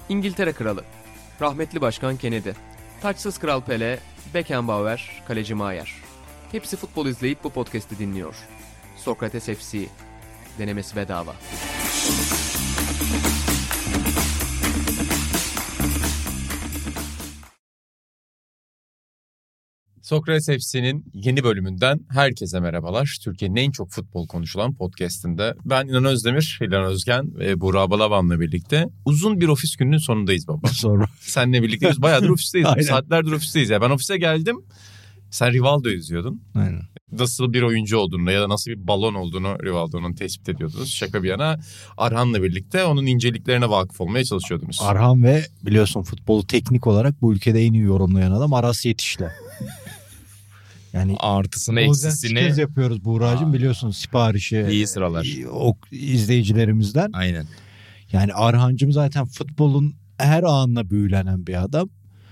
İngiltere Kralı, rahmetli Başkan Kennedy, taçsız Kral Pele, Beckenbauer, Kaleci Maier. Hepsi futbol izleyip bu podcast'i dinliyor. Sokrates FC, denemesi bedava. Sokrates FC'nin yeni bölümünden herkese merhabalar. Türkiye'nin en çok futbol konuşulan podcast'inde ben İnan Özdemir, İlhan Özgen ve Burak Balaban'la birlikte uzun bir ofis gününün sonundayız baba. Sonra. Seninle birlikteyiz. Bayağıdır ofisteyiz. Aynen. Saatlerdir ofisteyiz. Ya ben ofise geldim. Sen Rivaldo'yu izliyordun. Aynen. Nasıl bir oyuncu olduğunu ya da nasıl bir balon olduğunu Rivaldo'nun tespit ediyordunuz. Şaka bir yana Arhan'la birlikte onun inceliklerine vakıf olmaya çalışıyordunuz. Arhan ve biliyorsun futbolu teknik olarak bu ülkede en iyi yorumlayan adam Aras Yetiş'le. Yani Artısını eksisini eksisini yapıyoruz Buğra'cığım, biliyorsun siparişi. iyi sıralar. O izleyicilerimizden. Aynen. Yani Arhan'cığım zaten futbolun her anına büyülenen bir adam.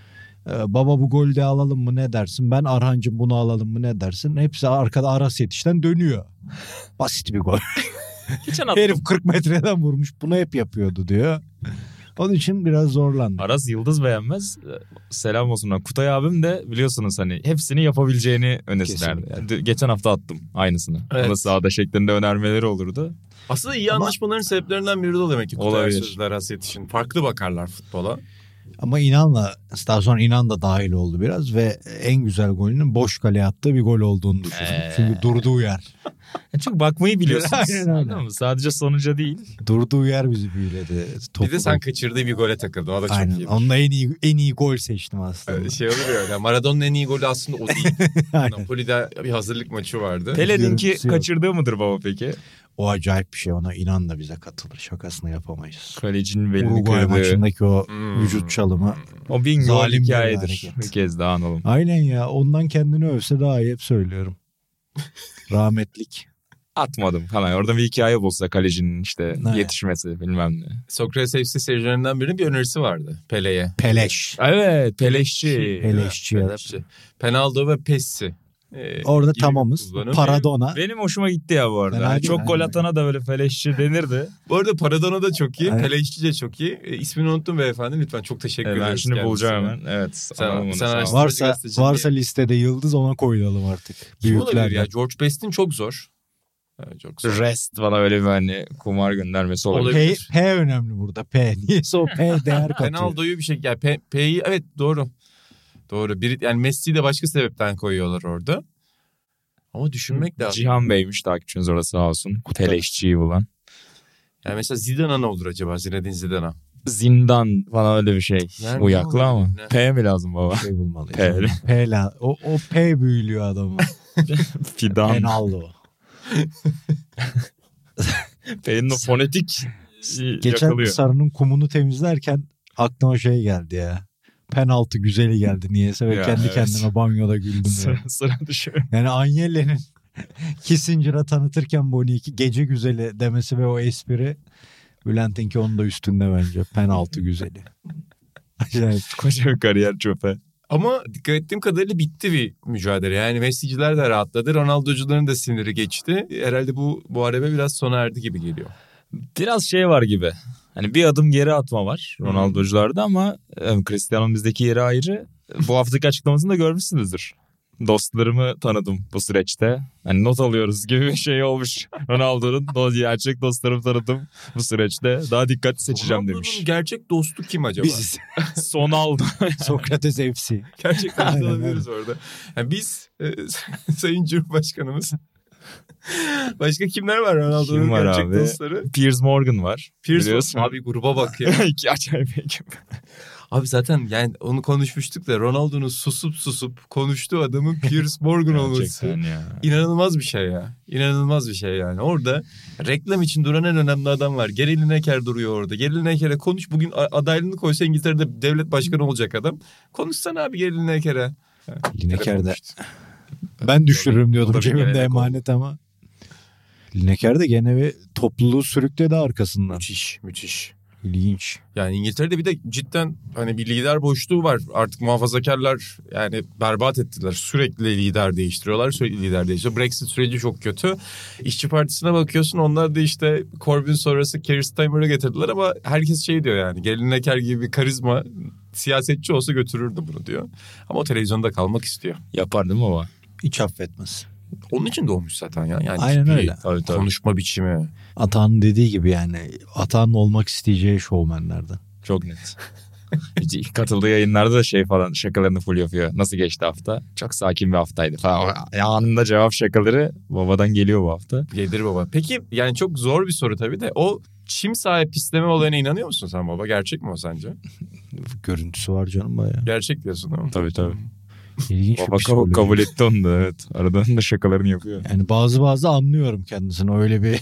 Baba bu golde alalım mı ne dersin? Ben Arhan'cığım bunu alalım mı ne dersin? Hepsi arkada Aras Yetiş'ten dönüyor. Basit bir gol. Geçen hafta Herif 40 metreden vurmuş, bunu hep yapıyordu diyor. Onun için biraz zorlandı. Aras Yıldız beğenmez. Selam olsun ona. Kutay abim de biliyorsunuz hani hepsini yapabileceğini öne sürerdi. Yani geçen hafta attım aynısını. Evet. Ona sahada şeklinde önermeleri olurdu. Aslında iyi anlaşmaların sebeplerinden biri de o demek ki. Kutay Olabilir. Sözler Hasret için. Farklı bakarlar futbola. Ama daha sonra İnan da dahil oldu biraz ve en güzel golünün boş kaleye attığı bir gol olduğunu düşündüm. Çünkü durduğu yer. Çünkü bakmayı biliyorsunuz. Aynen öyle. Anladın mı? Sadece sonuca değil. Durduğu yer bizi büyüledi. Bir de sen kaçırdığı bir gole takıldın. O da çok Aynen. iyi. Onunla en iyi gol seçtim aslında. Şey olur ya. Yani Maradona'nın en iyi golü aslında o değil. Aynen. Napoli'de bir hazırlık maçı vardı. Pele'ninki Yok. kaçırdığı mıdır baba peki? O acayip bir şey, ona İnan da bize katılır. Şakasını yapamayız. Kalecinin belini Uruguay kırdı. maçındaki o vücut çalımı. O bin gol Zalim bir hikayedir. hareket. Bir kez daha analım. Aynen ya, ondan kendini övse daha iyi, hep söylüyorum. Rahmetlik. Atmadım falan. Orada bir hikaye bulsa kalecinin işte Ne? yetişmesi bilmem ne. Sokrates FC seyircilerinden birinin bir önerisi vardı Pele'ye. Peleş. Evet, Peleşçi. Peleşçi ya da. Penaldo ve Pessi. Orada gibi tamamız. kullanım. Paradona. Benim hoşuma gitti ya bu arada. Fena Yani değil, çok gol aynen. atana da böyle Peleşçi denirdi. Bu arada Paradona da çok iyi. Evet. Pele İşçi de çok iyi. İsmini unuttum beyefendi. Lütfen çok teşekkür ederim. Ben şimdi bulacağım hemen. Evet. Sen Sağ ol. araştır. Varsa listede yıldız, ona koyalım artık. Kim olabilir Büyükler ya? George Best'in çok zor. Evet, çok zor. Rest bana öyle bir hani kumar göndermesi olabilir. Olabilir. P önemli burada. P. Niyeyse o P değer katıyor. Penaldo'yu bir şey... Yani P'yi evet doğru. Doğru. Yani Messi'yi de başka sebepten koyuyorlar orada. Ama düşünmek lazım. Cihan Bey'miş takipçiniz orada sağ olsun. Peleşçiyi bulan. Yani mesela Zidane'a ne olur acaba? Zinedine Zidane'a. Zindan falan öyle bir şey. Yani Uyaklı ne ama. olabilir, ne? P mi lazım baba? Şey bulmalıyız. P. O P büyülüyor adamı. Fidan. Penaldo. P'nin o fonetik Geçen yakalıyor. Sarı'nın kumunu temizlerken aklıma şey geldi ya. Penaltı güzeli geldi niyeyse ve Ya, kendi evet. kendime banyoda güldüm ya. Sıra düşüyor. Yani Agnelli'nin Kissinger'a tanıtırken Boni'yi gece güzeli demesi ve o espri, Bülent'inki onun da üstünde bence. Penaltı güzeli. Acayip. Koca bir kariyer çöpe. Ama dikkat ettiğim kadarıyla bitti bir mücadele. Yani Messi'ciler de rahatladı. Ronaldo'cuların da siniri geçti. Herhalde bu araba biraz sona erdi gibi geliyor. Biraz şey var gibi. Hani bir adım geri atma var Ronaldo'cularda ama Cristiano'nun bizdeki yeri ayrı. Bu haftaki açıklamasını da görmüşsünüzdür. Dostlarımı tanıdım bu süreçte. Hani not alıyoruz gibi bir şey olmuş. Ronaldo'nun gerçek dostlarımı tanıdım bu süreçte. Daha dikkatli seçeceğim demiş. Ronaldo'nun gerçek dostu kim acaba? Biziz. Son aldı. Sokrates FC. Gerçekten Aynen, tanımıyoruz orada. Yani biz Sayın Cumhurbaşkanımız. Başka kimler var Ronaldo'nun Kim var gerçek abi? dostları? Piers Morgan var. Pierce Biliyorsun. abi gruba bak ya. İki acayip ekip. Abi zaten yani onu konuşmuştuk da Ronaldo'nun susup konuştuğu adamın Piers Morgan olması. Gerçekten ya. İnanılmaz bir şey ya. İnanılmaz bir şey yani. Orada reklam için duran en önemli adam var. Gary Lineker duruyor orada. Gary Lineker'e konuş. Bugün adaylığını koysa İngiltere'de devlet başkanı olacak adam. Konuşsana abi Gary Lineker'e. Lineker'de. Ben düşürürüm diyordum O da bir cebimde gelenek emanet ama. Lineker de gene bir topluluğu sürükledi arkasından. Müthiş. İlginç. Yani İngiltere'de bir de cidden hani bir lider boşluğu var. Artık muhafazakarlar yani berbat ettiler. Sürekli lider değiştiriyorlar. Sürekli lider değiştiriyor. Brexit süreci çok kötü. İşçi Partisi'ne bakıyorsun. Onlar da işte Corbyn sonrası Keir Starmer'ı getirdiler ama herkes şey diyor yani. Gavin Necker gibi bir karizma siyasetçi olsa götürürdü bunu diyor. Ama o televizyonda kalmak istiyor. Yapar değil mi baba? Hiç affetmez. Onun için doğmuş zaten ya. Yani Aynen tipi, öyle. Tabii, tabii. konuşma biçimi. Atağın dediği gibi yani. Atağın olmak isteyeceği şovmenlerden. Çok net. Hiç katıldığı yayınlarda da şey falan şakalarını full yapıyor. Nasıl geçti hafta? Çok sakin bir haftaydı falan. Anında cevap şakaları babadan geliyor bu hafta. Gelir baba. Peki yani çok zor bir soru tabii de o çim sahibi pisleme olayına inanıyor musun sen baba? Gerçek mi o sence? Görüntüsü var canım bayağı. Gerçek diyorsun değil mi? Tabii. İlginç Baba bir psikoloji. kabul etti onu da, evet. Aradan da şakalarını yapıyor. Yani bazı anlıyorum kendisini. Öyle bir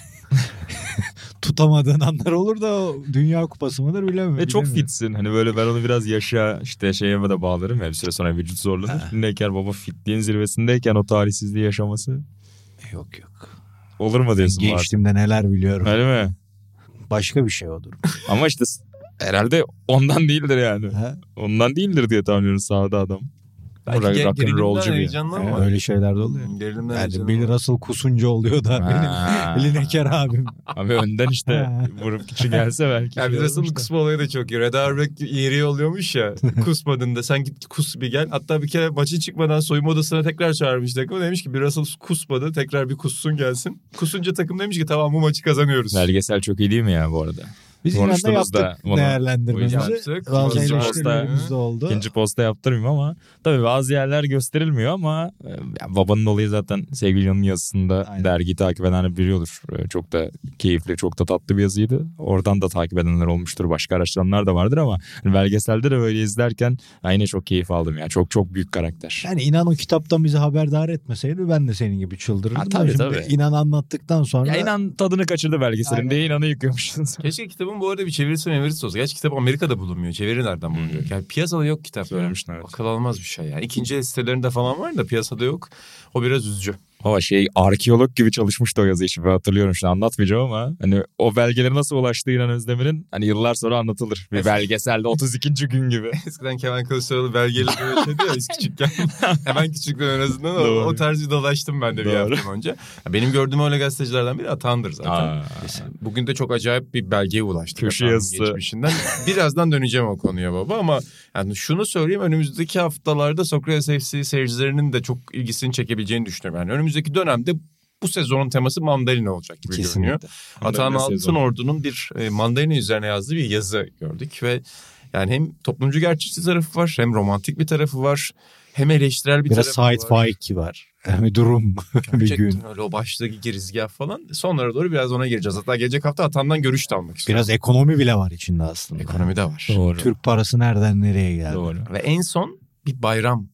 tutamadığın anlar olur da o Dünya Kupası mıdır bilemiyorum. Ve çok bilemiyorum. fitsin. Hani böyle ben onu biraz yaşa işte şeye de bağlarım ya, bir süre sonra vücut zorlanır. Neker baba fitliğin zirvesindeyken o talihsizliği yaşaması Yok. olur mu diyorsun? Gençliğimde neler biliyorum. Öyle mi? Başka bir şey odur. Ama işte herhalde ondan değildir yani. Ha? Ondan değildir diye tahmin ediyorum sahada adam. Belki Rock'n'rollcu gerilimden bir. heyecanlı ama. Öyle şeyler de oluyor. Gerilimden Yani heyecanlı. Bill Russell kusunca oluyor da Ha. benim Lineker abim. Abi önden işte Ha. vurup kişi gelse belki. Ya bir de sonun kusma olayı da çok iyi. Red Auerbach yeri yolluyormuş ya. Kusmadın da sen git kus bir gel. Hatta bir kere maçın çıkmadan soyunma odasına tekrar çağırmış takımı. Demiş ki bir Russell kusmadı, tekrar bir kussun gelsin. Kusunca takım demiş ki tamam bu maçı kazanıyoruz. Belgesel çok iyi değil mi ya bu arada? Biz yine de Konuştunuz da yaptık bunu. değerlendirmemizi. O yüzden yaptık. Bazı İkinci eleştirilerimiz de oldu. İkinci posta yaptırmayayım ama tabii bazı yerler gösterilmiyor ama babanın olayı zaten sevgili Yan'ın yazısında Aynen. dergiyi takip edenler biliyordur. Çok da keyifli, çok da tatlı bir yazıydı. Oradan da takip edenler olmuştur. Başka araştıranlar da vardır ama hani belgeselde de böyle izlerken yine çok keyif aldım. Yani çok çok büyük karakter. Yani inan o kitaptan bizi haberdar etmeseydi ben de senin gibi çıldırırdım. Ha, tabii, Şimdi tabii. İnan anlattıktan sonra. Ya inan tadını kaçırdı belgeselin diye inanı yıkıyormuşsunuz. Keşke kitabın bu arada bir çevirisi mevirisi olsa. Gerçi kitap Amerika'da bulunmuyor. Çeviri nereden bulunuyor? Yani piyasada yok kitap. Söylemiştin, evet. Akıl almaz bir şey yani. İkinci el sitelerinde falan var da piyasada yok. O biraz üzücü. Ama arkeolog gibi çalışmıştı o yazı işi. Ben hatırlıyorum, şimdi anlatmayacağım ama hani o belgelere nasıl ulaştığı İnan Özdemir'in hani yıllar sonra anlatılır. Bir belgeselde 32. gün gibi. Eskiden Kemal Kılıçdaroğlu belgeyle böyle şeydi ya biz küçükken. Hemen küçükken en azından o tarz bir dolaştım ben de bir hafta önce. Benim gördüğüm öyle gazetecilerden biri Atan'dır zaten. Bugün de çok acayip bir belgeye ulaştık. Köşe yazısı. Geçmişinden. Birazdan döneceğim o konuya baba ama yani şunu söyleyeyim, önümüzdeki haftalarda Sokrates FC seyircilerinin de çok ilgisini çekebileceğini düşünüyorum. Yani önümüzdeki dönemde bu sezonun teması mandalina olacak gibi görünüyor. Atan Altınordu'nun bir mandalina üzerine yazdığı bir yazı gördük ve yani hem toplumcu gerçekçi tarafı var, hem romantik bir tarafı var, hem eleştirel bir biraz tarafı var. side faiki var. Bir durum bir gün. Gerçekten öyle o baştaki girizgah falan. Sonlara doğru biraz ona gireceğiz. Hatta gelecek hafta Atan'dan görüş de almak istiyorum. Biraz ekonomi bile var içinde aslında. Ekonomi de var. Doğru. Türk parası nereden nereye geldi? Doğru. Ve en son bir bayram.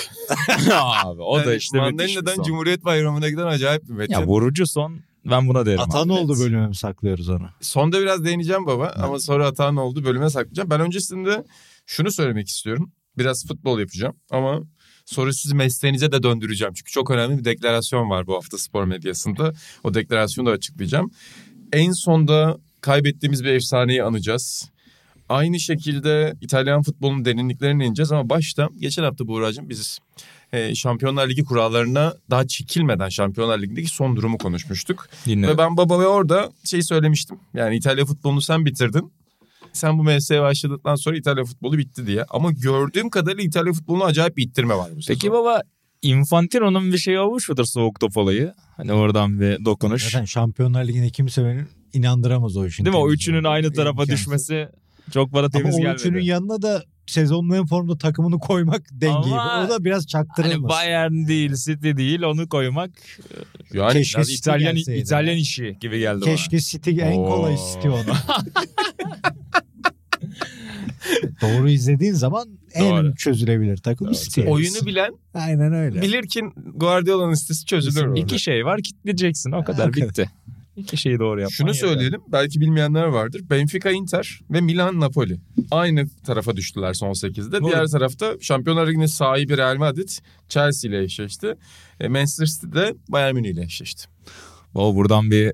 Abi o da işte Mandalina'dan Cumhuriyet Bayramı'na giden acayip bir metin. Ya vurucu son, ben buna derim. Atan abi. oldu bölüme mi saklıyoruz onu? Sonda biraz değineceğim baba ama sonra Atan oldu bölüme saklayacağım. Ben öncesinde şunu söylemek istiyorum. Biraz futbol yapacağım ama sonra sizi mesleğinize de döndüreceğim. Çünkü çok önemli bir deklarasyon var bu hafta spor medyasında. O deklarasyonu da açıklayacağım. En sonda kaybettiğimiz bir efsaneyi anacağız. Aynı şekilde İtalyan futbolunun derinliklerine ineceğiz ama başta geçen hafta Buğra'cığım biz Şampiyonlar Ligi kurallarına daha çekilmeden Şampiyonlar Ligi'ndeki son durumu konuşmuştuk. Dinle. Ve ben babaya orada söylemiştim. Yani İtalya futbolunu sen bitirdin. Sen bu mesleğe başladıktan sonra İtalya futbolu bitti diye. Ama gördüğüm kadarıyla İtalya futboluna acayip bir ittirme var bu sezon. Peki baba, Infantino'nun bir şeyi olmuş mudur soğuk top olayı? Hani oradan bir dokunuş. Zaten Şampiyonlar Ligi'ne kimse beni inandıramaz o işin. Değil mi? O temizliğine. üçünün aynı tarafa İmkansız. düşmesi çok bana Ama temiz o gelmedi. üçünün yanına da sezonun en formda takımını koymak dengeyi. Ama O da biraz çaktırılmaz. Hani Bayern değil, City değil, onu koymak Yani Keşke biraz City İtalyan gelseydi. İtalyan işi gibi geldi Keşke City en kolay Oo. City onu. Doğru izlediğin zaman en Doğru. çözülebilir takım Doğru. City. oyunu bilen Aynen öyle. bilir ki Guardiola'nın sitesi çözülür. bana. orada. İki şey var, kitleyeceksin, o kadar O kadar. bitti. İki şeyi doğru yapman Şunu yeter. söyleyelim, belki bilmeyenler vardır. Benfica Inter ve Milan Napoli aynı tarafa düştüler son 8'de. Doğru. Diğer tarafta Şampiyonlar Ligi'nin sahibi Real Madrid Chelsea ile eşleşti. Manchester City de Bayern Münih ile eşleşti. O buradan bir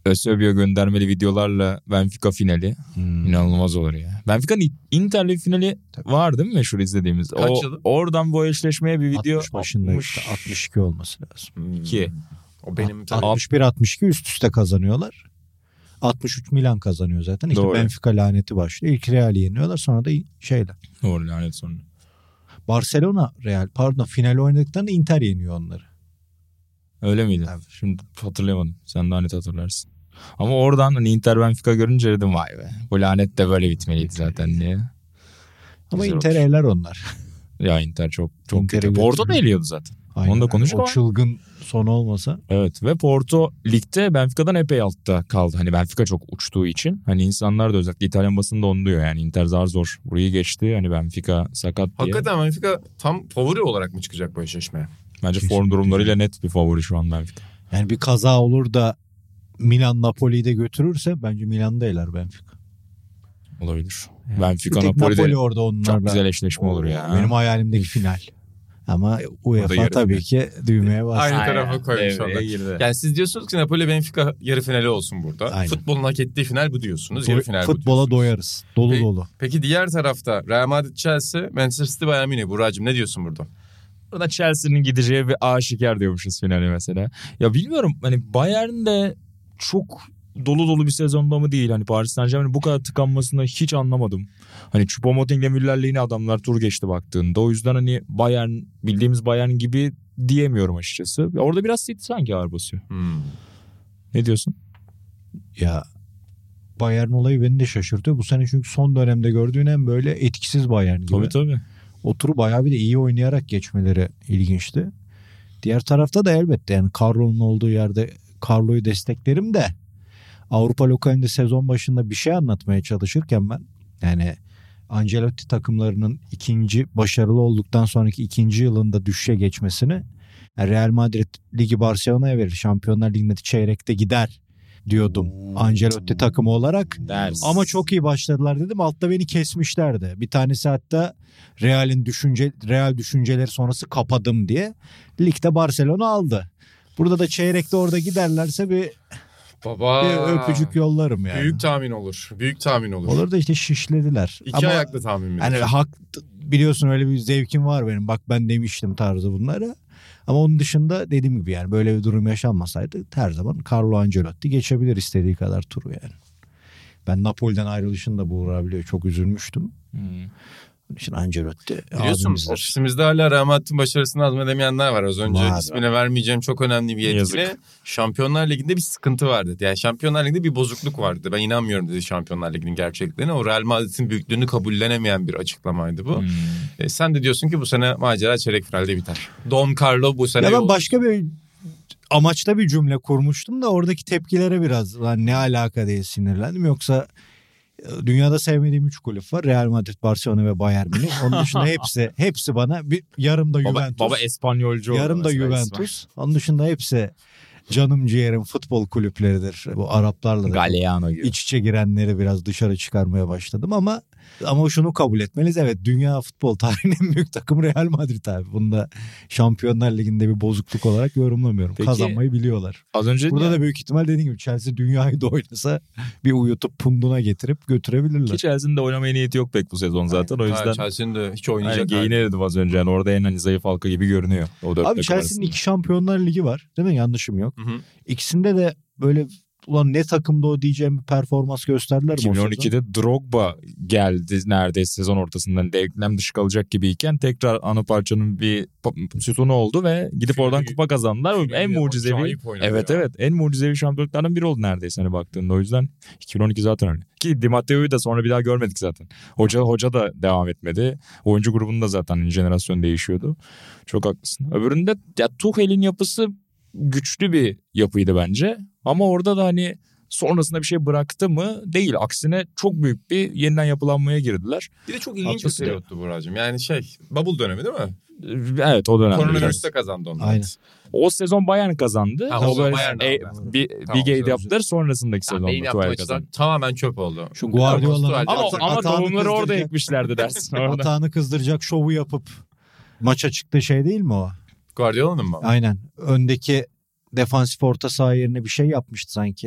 Eusebio göndermeli videolarla Benfica finali inanılmaz olur ya. Benfica'nın Inter'le finali var değil mi meşhur izlediğimiz? Kaç yılı? Oradan bu eşleşmeye bir video 60 başında işte 62 olması lazım. 62. O benim 61-62 üst üste kazanıyorlar. 63 Milan kazanıyor zaten. İşte Doğru. Benfica laneti başlıyor. İlk Real'i yeniyorlar, sonra da şeyle. Doğru, lanet sonra. Barcelona Real final oynadıklarında Inter yeniyor onları. Öyle miydi? Şimdi hatırlayamadım. Sen daha net hatırlarsın. Ama oradan hani Inter Benfica görünce dedim vay be. Bu lanet de böyle bitmeliydi zaten diye. Ama Güzel Inter olur. eler onlar. Ya Inter çok Inter'i kötü. Porto da götürüyor. eliyordu zaten. Aynen. Onu da konuştuk O ama. çılgın son olmasa. Evet ve Porto ligde Benfica'dan epey altta kaldı. Hani Benfica çok uçtuğu için. Hani insanlar da özellikle İtalyan basında onu diyor. Yani Inter zar zor burayı geçti. Hani Benfica sakat diye. Hakikaten Benfica tam favori olarak mı çıkacak bu eşleşmeye? Bence Kesinlikle. form durumlarıyla net bir favori şu an Benfica. Yani bir kaza olur da Milan Napoli'yi de götürürse bence Milan'da eler Benfica. Olabilir. Yani Benfica bir tek Napoli'de Napoli orada onlarla. çok güzel eşleşme olur ya. Benim hayalimdeki final. Ama UEFA yarı tabii ki düğmeye bastı. Aynı Aynen. tarafa koymuş Devreye orada. girdi. Yani siz diyorsunuz ki Napoli Benfica yarı finali olsun burada. Aynen. Futbolun hak ettiği final bu diyorsunuz. Yarı final bu Futbola diyorsunuz. doyarız. Dolu Peki- dolu. Peki diğer tarafta Real Madrid, Chelsea, Manchester City, Bayern Münih. Buracığım ne diyorsun burada? Burada Chelsea'nin gideceği bir aşikar diyormuşuz finali mesela. Ya bilmiyorum hani Bayern de çok dolu dolu bir sezonda mı değil. Hani Paris Saint-Germain'in bu kadar tıkanmasını hiç anlamadım. Hani Choupo-Moting'le Müller'le yine adamlar tur geçti baktığında. O yüzden hani Bayern bildiğimiz Bayern gibi diyemiyorum açıkçası. Ya orada biraz City sanki ağır basıyor. Ne diyorsun? Ya Bayern olayı beni de şaşırtıyor. Bu sene çünkü son dönemde gördüğün en böyle etkisiz Bayern gibi. Tabii. O turu bayağı bir de iyi oynayarak geçmeleri ilginçti. Diğer tarafta da elbette yani Carlo'nun olduğu yerde Carlo'yu desteklerim de Avrupa lokalinde sezon başında bir şey anlatmaya çalışırken ben yani Ancelotti takımlarının ikinci başarılı olduktan sonraki ikinci yılında düşüşe geçmesini yani Real Madrid ligi Barcelona'ya verir. Şampiyonlar Ligi'nde çeyrekte gider diyordum Ancelotti takımı olarak. Ders. Ama çok iyi başladılar dedim. Altta beni kesmişlerdi. Bir tanesi hatta Real düşünceleri sonrası kapadım diye. Ligde Barcelona aldı. Burada da çeyrekte orada giderlerse bir öpücük yollarım yani. Büyük tahmin olur. Büyük tahmin olur. Olur da işte şişlediler. İki ayaklı tahmin mi? hani biliyorsun öyle bir zevkim var benim. Bak ben demiştim tarzı bunları. Ama onun dışında dediğim gibi yani böyle bir durum yaşanmasaydı her zaman Carlo Ancelotti geçebilir istediği kadar turu yani. Ben Napoli'den ayrılışını da Buğra çok üzülmüştüm. Onun için Ancelotti Biliyorsun abimizdir. ofisimizde hala Real Madrid'in başarısını hazmedemeyenler var. Az önce Var. ismine vermeyeceğim çok önemli bir yetkili. Yazık. Şampiyonlar Ligi'nde bir sıkıntı vardı. Yani Şampiyonlar Ligi'nde bir bozukluk vardı. Ben inanmıyorum dedi Şampiyonlar Ligi'nin gerçekliğine. O Real Madrid'in büyüklüğünü kabullenemeyen bir açıklamaydı bu. Sen de diyorsun ki bu sene macera çeyrek finalde biter. Don Carlo bu sene Ya ben yol- başka bir amaçta bir cümle kurmuştum da oradaki tepkilere biraz lan ne alaka diye sinirlendim. Yoksa dünyada sevmediğim 3 kulüp var. Real Madrid, Barcelona ve Bayern Münih. Onun dışında hepsi bana bir yarım da Juventus. Baba Espanyolcu oldu yarım da mesela Juventus. Onun dışında hepsi canım ciğerim futbol kulüpleridir. Bu Araplarla da Galeano gibi. iç içe girenleri biraz dışarı çıkarmaya başladım ama şunu kabul etmeliyiz. Evet, dünya futbol tarihinin en büyük takımı Real Madrid abi. Bunu da Şampiyonlar Ligi'nde bir bozukluk olarak yorumlamıyorum. Peki, kazanmayı biliyorlar. Az önce Burada da büyük ihtimal dediğim gibi Chelsea dünyayı da oynasa bir uyutup punduna getirip götürebilirler. ki Chelsea'nin de oynamaya niyeti yok pek bu sezon zaten. O yüzden Chelsea'nin de hiç yani oynayacak. geyine dedim az önce. Yani orada en hani zayıf halka gibi görünüyor. O dört Abi takım Chelsea'nin arasında. 2 Şampiyonlar Ligi var. Değil mi? Yanlışım yok. Hı hı. İkisinde de böyle ulan ne takımda o diyeceğim bir performans gösterdiler mi o sezon? 2012'de Drogba geldi neredeyse sezon ortasından denklem dışı kalacak gibiyken tekrar ana parçanın bir sütunu oldu ve gidip oradan kupa kazandılar. En mucizevi. Acayip oynadı Evet ya. evet en mucizevi şampiyonluklardan biri oldu neredeyse hani baktığında. O yüzden 2012 zaten öyle. Ki Di Matteo'yu da sonra bir daha görmedik zaten. Hoca da devam etmedi. Oyuncu grubunda zaten jenerasyon değişiyordu. Çok haklısın. Öbüründe ya Tuchel'in yapısı güçlü bir yapıydı bence. Ama orada da hani sonrasında bir şey bıraktı mı? Değil. Aksine çok büyük bir yeniden yapılanmaya girdiler. Bir de çok ilginç bir Haklısın. periyottu Buracığım. Yani bubble dönemi değil mi? Evet o dönemde. Koronavirüste kazandı onlar. Aynen. O sezon Bayern kazandı. Ha, o O zaman böyle Bayern aldı. bir Tamam, Big Eight söz. yaptılar. Sonrasındaki Yani sezonda benim yaptığım Tuchel açıdan kazandı. tamamen çöp oldu. Şu Guardiola'nın Ama Ama Atağını tohumları orada kızdıracak. ekmişlerdi dersin orada. atağını kızdıracak şovu yapıp maça çıktığı şey değil mi o? Guardiola'nın mı? Aynen. Öndeki defansif orta saha yerine bir şey yapmıştı sanki.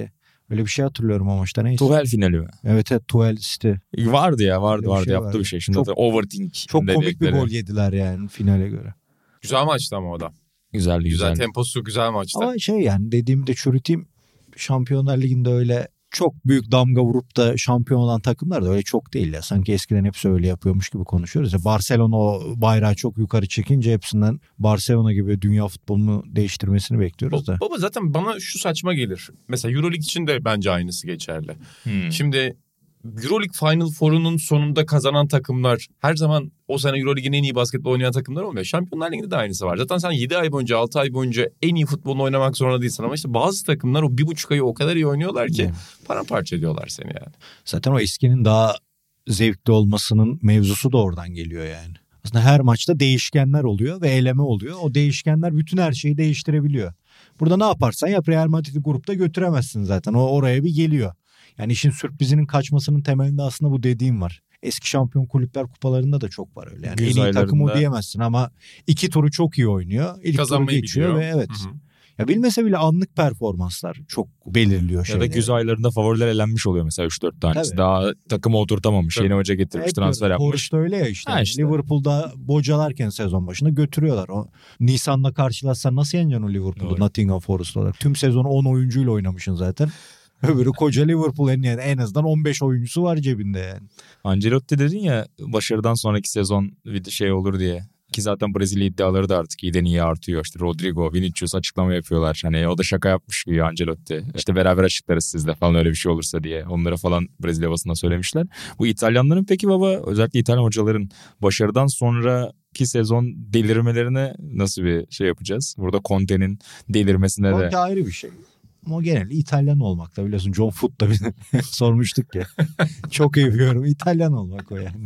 Öyle bir şey hatırlıyorum o maçta, neyse. Tuhel finali mi? Evet, Tuchel City. Vardı ya, Öyle vardı bir şey yaptığı vardı. bir şey. Şimdi Çok- overthink. Çok komik bir dedikleri. gol yediler yani finale göre. Güzel maçtı ama o da. Güzeldi Güzel güzel. temposu güzel maçtı. Ama yani dediğimde çürüteyim, Şampiyonlar Ligi'nde öyle çok büyük damga vurup da şampiyon olan takımlar da öyle çok değil ya. Sanki eskiden hepsi öyle yapıyormuş gibi konuşuyoruz ya. Barcelona o bayrağı çok yukarı çekince hepsinden Barcelona gibi dünya futbolunu değiştirmesini bekliyoruz da. Baba zaten bana şu saçma gelir. Mesela Euroleague için de bence aynısı geçerli. Şimdi Euroleague Final Four'unun sonunda kazanan takımlar her zaman o sene Euroleague'in en iyi basketbol oynayan takımlar olmuyor. Şampiyonlar Ligi'nde de aynısı var. Zaten sen 7 ay boyunca 6 ay boyunca en iyi futbolunu oynamak zorunda değilsin. Ama işte bazı takımlar o 1,5 ayı o kadar iyi oynuyorlar ki paramparça ediyorlar seni yani. Zaten o eskinin daha zevkli olmasının mevzusu da oradan geliyor yani. Aslında her maçta değişkenler oluyor ve eleme oluyor. O değişkenler bütün her şeyi değiştirebiliyor. Burada ne yaparsan yap, Real Madrid'i grupta götüremezsin zaten. O oraya bir geliyor. Yani işin sürprizinin kaçmasının temelinde aslında bu dediğim var. Eski şampiyon kulüpler kupalarında da çok var öyle. Yani Güz en iyi takım o aylarında- diyemezsin ama 2 turu çok iyi oynuyor. İlk Kazanmayı turu geçiyor biliyor. ve evet. Hı hı. Ya bilmese bile anlık performanslar çok belirliyor Ya da şeyleri. güz aylarında favoriler elenmiş oluyor mesela 3-4 tanesi. Tabii. Daha takımı oturtamamış. Tabii. Yeni hoca getirmiş, Hep transfer diyoruz, yapmış. Forrest öyle ya işte. Ha işte. Liverpool'da bocalarken sezon başında götürüyorlar. O Nisan'da karşılaşsan nasıl yeneceksin o Liverpool'u? Doğru. Nottingham Forest olarak. Tüm sezonu 10 oyuncuyla oynamışsın zaten. Öbürü koca Liverpool, en azından 15 oyuncusu var cebinde yani. Ancelotti dedin ya, başarıdan sonraki sezon bir şey olur diye. Ki zaten Brezilya iddiaları da artık iyiden iyiye artıyor. İşte Rodrigo, Vinicius açıklama yapıyorlar. Hani o da şaka yapmış gibi Ancelotti. İşte beraber açıklarız sizle falan öyle bir şey olursa diye. Onlara falan Brezilya basına söylemişler. Bu İtalyanların peki baba, özellikle İtalyan hocaların başarıdan sonraki sezon delirmelerine nasıl bir şey yapacağız? Burada Conte'nin delirmesine de. Conte ayrı bir şey. Ama genelde İtalyan olmakta, biliyorsun John Foot'ta biz sormuştuk ya. Çok iyi bir yorum. İtalyan olmak o yani.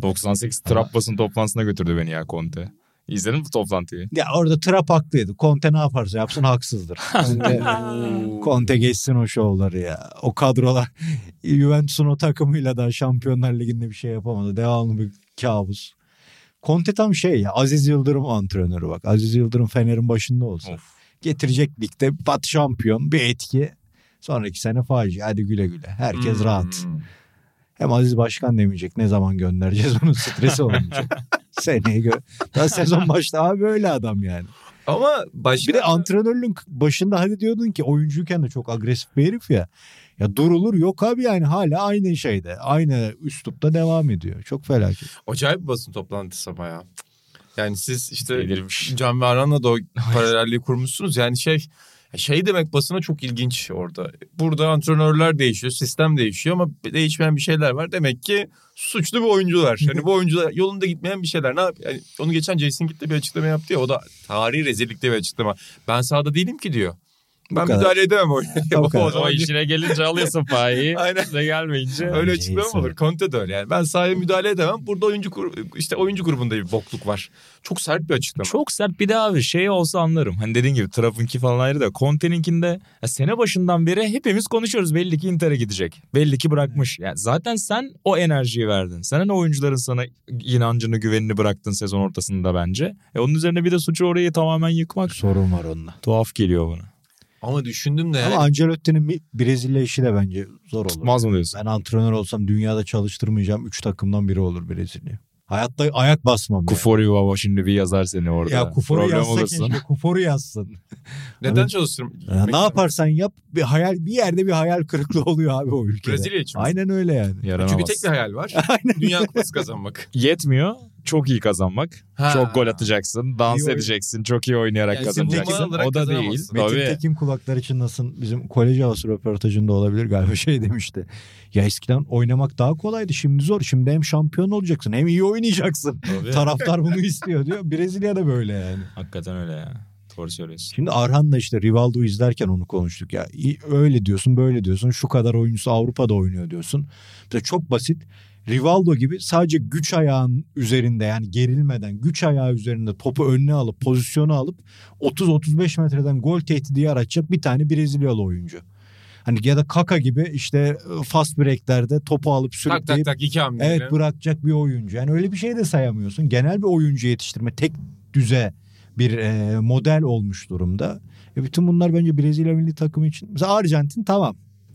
98 trap basın toplantısına götürdü beni ya Conte. İzledin mi bu toplantıyı? Ya orada Trapp haklıydı. Conte ne yaparsa yapsın haksızdır. Conte geçsin o şovları ya. O kadrolar Juventus'un o takımıyla da Şampiyonlar Ligi'nde bir şey yapamadı. Devamlı bir kabus. Conte tam şey ya, Aziz Yıldırım antrenörü bak. Aziz Yıldırım Fener'in başında olsa. Of. Getirecek ligde pat şampiyon, bir etki. Sonraki sene facia. Hadi güle güle. Herkes rahat. Hem Aziz Başkan demeyecek ne zaman göndereceğiz, onun stresi olmayacak. Seneye daha sezon başta abi böyle adam yani. Ama başka... Bir de antrenörlüğün başında hadi diyordun ki oyuncuyken de çok agresif bir herif ya. Ya durulur yok abi yani, hala aynı şeyde. Aynı üslupta devam ediyor. Çok felaket. Acayip bir basın toplantısı ama ya. Yani siz işte Delirmiş. Can ve Aran'la da o paralelliği kurmuşsunuz. Yani şey demek basına çok ilginç orada. Burada antrenörler değişiyor, sistem değişiyor ama değişmeyen bir şeyler var. Demek ki suçlu bir oyuncular. Hani bu oyuncular yolunda gitmeyen bir şeyler. Ne yap? Yani onu geçen Jason Kidd de bir açıklama yaptı ya. O da tarihi rezillikte bir açıklama. Ben sahada değilim ki diyor. Ben kadar. müdahale edemem o. O kadar. O zaman O işine gelince alıyorsun payı. Aynen. İşine gelmeyince. öyle Bence açıklama mı iyisi. olur? Conte de öyle yani. Ben sahaya müdahale edemem. Burada oyuncu grubunda bir bokluk var. Çok sert bir açıklama. Çok sert bir de abi şey olsa anlarım. Hani dediğin gibi Trapp'ınki falan ayrı da Conte'ninkinde sene başından beri hepimiz konuşuyoruz. Belli ki Inter'e gidecek. Belli ki bırakmış. Yani zaten sen o enerjiyi verdin. Sen o oyuncuların sana inancını, güvenini bıraktın sezon ortasında bence. Onun üzerine bir de suçu orayı tamamen yıkmak Sorun var onunla. tuhaf geliyor bana. Ama düşündüm de Ama Ancelotti'nin bir Brezilya işi de bence zor olur. Tutmaz mı diyorsun? Ben antrenör olsam dünyada çalıştırmayacağım 3 takımdan biri olur Brezilya. Hayatta ayak basmam yani. Kufori baba şimdi bir yazar seni orada. Ya Kuforu Problem yazsa olursun. keşke, Kuforu yazsın. neden çalıştırım? Ya ne yaparsan yap bir yerde bir hayal kırıklığı oluyor abi o ülkede. Brezilya için mi? Aynen öyle yani. Yaranamaz. Çünkü tek bir hayal var. Dünya Kupası kazanmak. Yetmiyor. Çok iyi kazanmak. Ha. Çok gol atacaksın. Dans İyi edeceksin. Çok iyi oynayarak Yani kazanacaksın. simbol olarak O da değil. kazanamazsın. Metin Tabii. Tekin kulakları çınlasın, bizim kolej havası röportajında olabilir galiba, şey demişti. Ya eskiden oynamak daha kolaydı, şimdi zor. Şimdi hem şampiyon olacaksın hem iyi oynayacaksın. Tabii. Taraftar bunu istiyor diyor. Brezilya'da böyle yani. Hakikaten öyle ya. Doğru söylüyorsun. Şimdi Arhan'la işte Rivaldo'yu izlerken onu konuştuk ya. Öyle diyorsun, böyle diyorsun. Şu kadar oyuncusu Avrupa'da oynuyor diyorsun. Mesela çok basit. Rivaldo gibi sadece güç ayağın üzerinde, yani gerilmeden güç ayağı üzerinde topu önüne alıp pozisyonu alıp 30-35 metreden gol tehdidi yaratacak bir tane Brezilyalı oyuncu. Hani ya da Kaka gibi işte fast breaklerde topu alıp Tak sürükleyip tak tak 2 hamleyle. evet bırakacak bir oyuncu. Yani öyle bir şey de sayamıyorsun. Genel bir oyuncu yetiştirme, tek düze bir model olmuş durumda. Bütün bunlar bence Brezilya milli takımı için. Mesela Arjantin tamam.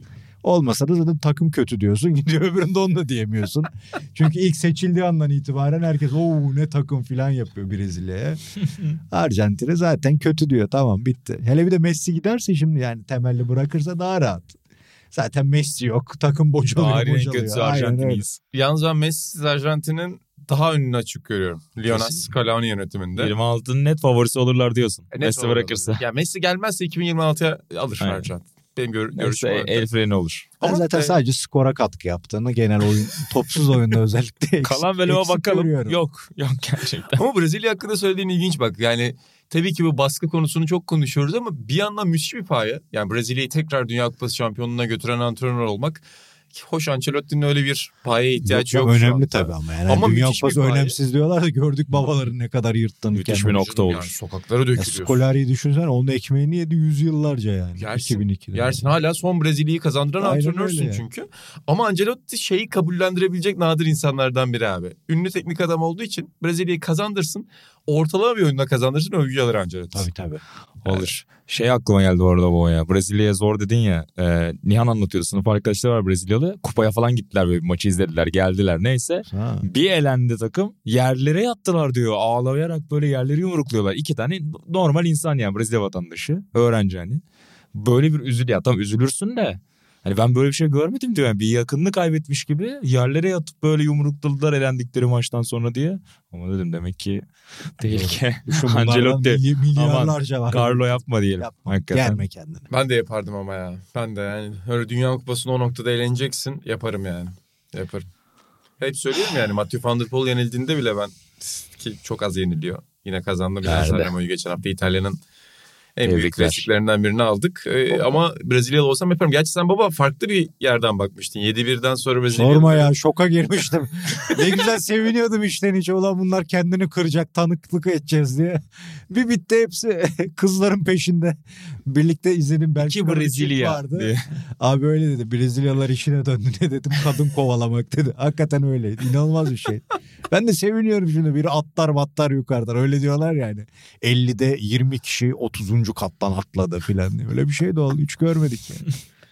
Olmasa da zaten takım kötü diyorsun. Gidiyor öbüründe onu da diyemiyorsun. Çünkü ilk seçildiği andan itibaren herkes ne takım falan yapıyor Brezilya'ya. Arjantin'e zaten kötü diyor. Tamam, bitti. Hele bir de Messi giderse şimdi, yani temelli bırakırsa daha rahat. Zaten Messi yok. Takım bocalıyor. Tarihin en kötüsü Arjantin'iyiz. Yalnız ben Messi'siz Arjantin'in daha önünü açık görüyorum. Lionel Scaloni yönetiminde. 26'nın net favorisi olurlar diyorsun. Messi bırakırsa. Ya Messi gelmezse 2026'ya alır Arjantin. Benim görüşüm var. El freni olur. Ama zaten sadece skora katkı yaptığını, genel oyun, topsuz oyunda özellikle kalan bölüme bakalım. Görüyorum. Yok gerçekten. Ama Brezilya hakkında söylediğin ilginç bak. Yani tabii ki bu baskı konusunu çok konuşuyoruz ama bir yandan müthiş bir paye. Yani Brezilya'yı tekrar Dünya Kupası şampiyonluğuna götüren antrenör olmak. Hoş, Ancelotti'nin öyle bir payeye ihtiyacı yok. Önemli tabii ama. Yani ama Dünya Kupası önemsiz diyorlar da gördük babaların ne kadar yırttığını. Müthiş bir nokta olur. Yani sokaklara dökülüyor. Scolari'yi düşünsene, onun ekmeğini yedi yüzyıllarca yani. Yersin, 2002'de. yersin, hala son Brezilya'yı kazandıran antrenörsün yani. Çünkü. Ama Ancelotti şeyi kabullendirebilecek nadir insanlardan biri abi. Ünlü teknik adam olduğu için Brezilya'yı kazandırsın. Ortalama bir oyunda kazandırsın, övgü alır Ancelotti. Tabii. Olur. Şey aklıma geldi orada bu ya. Brezilya'ya zor dedin ya. Nihan anlatıyordu. Sınıf arkadaşları var Brezilyalı. Kupaya falan gittiler, böyle bir maçı izlediler. Geldiler neyse. Ha. Bir elendi takım. Yerlere yattılar diyor. Ağlayarak böyle yerleri yumrukluyorlar. 2 tane normal insan yani, Brezilya vatandaşı. Öğrenci hani. Böyle bir ya tam üzülürsün de. Hani ben böyle bir şey görmedim diyor. Yani bir yakınını kaybetmiş gibi yerlere yatıp böyle yumrukladılar elendikleri maçtan sonra diye. Ama dedim demek ki tehlike. Ancelotti milyarlarca var. Carlo yapma diyelim. Hakikaten. Germe kendini. Ben de yapardım ama ya. Ben de yani öyle Dünya Kupası'nda o noktada eğleneceksin. Yaparım yani. Yaparım. Hep söylüyorum yani, Mathieu van der Poel yenildiğinde bile ben, ki çok az yeniliyor. Yine kazandı biraz Sanremo'yu geçen hafta, İtalya'nın en büyük klasiklerinden birini aldık. Ama Brezilyalı olsam yaparım. Gerçi sen baba farklı bir yerden bakmıştın. 7-1'den sonra Brezilyalı. Sorma ya, şoka girmiştim. Ne güzel seviniyordum içten içe. Ulan bunlar kendini kıracak, tanıklık edeceğiz diye. Bir bitti hepsi kızların peşinde. Birlikte izledim, belki Brezilya vardı. diye. Abi öyle dedi. Brezilyalılar işine döndü, ne dedim, kadın kovalamak dedi. Hakikaten öyleydi. İnanılmaz bir şey. Ben de seviniyorum şimdi. Biri atlar yukarıdan. Öyle diyorlar yani. 50'de 20 kişi 30. kattan atladı filan diye. Öyle bir şey de oldu. Hiç görmedik yani.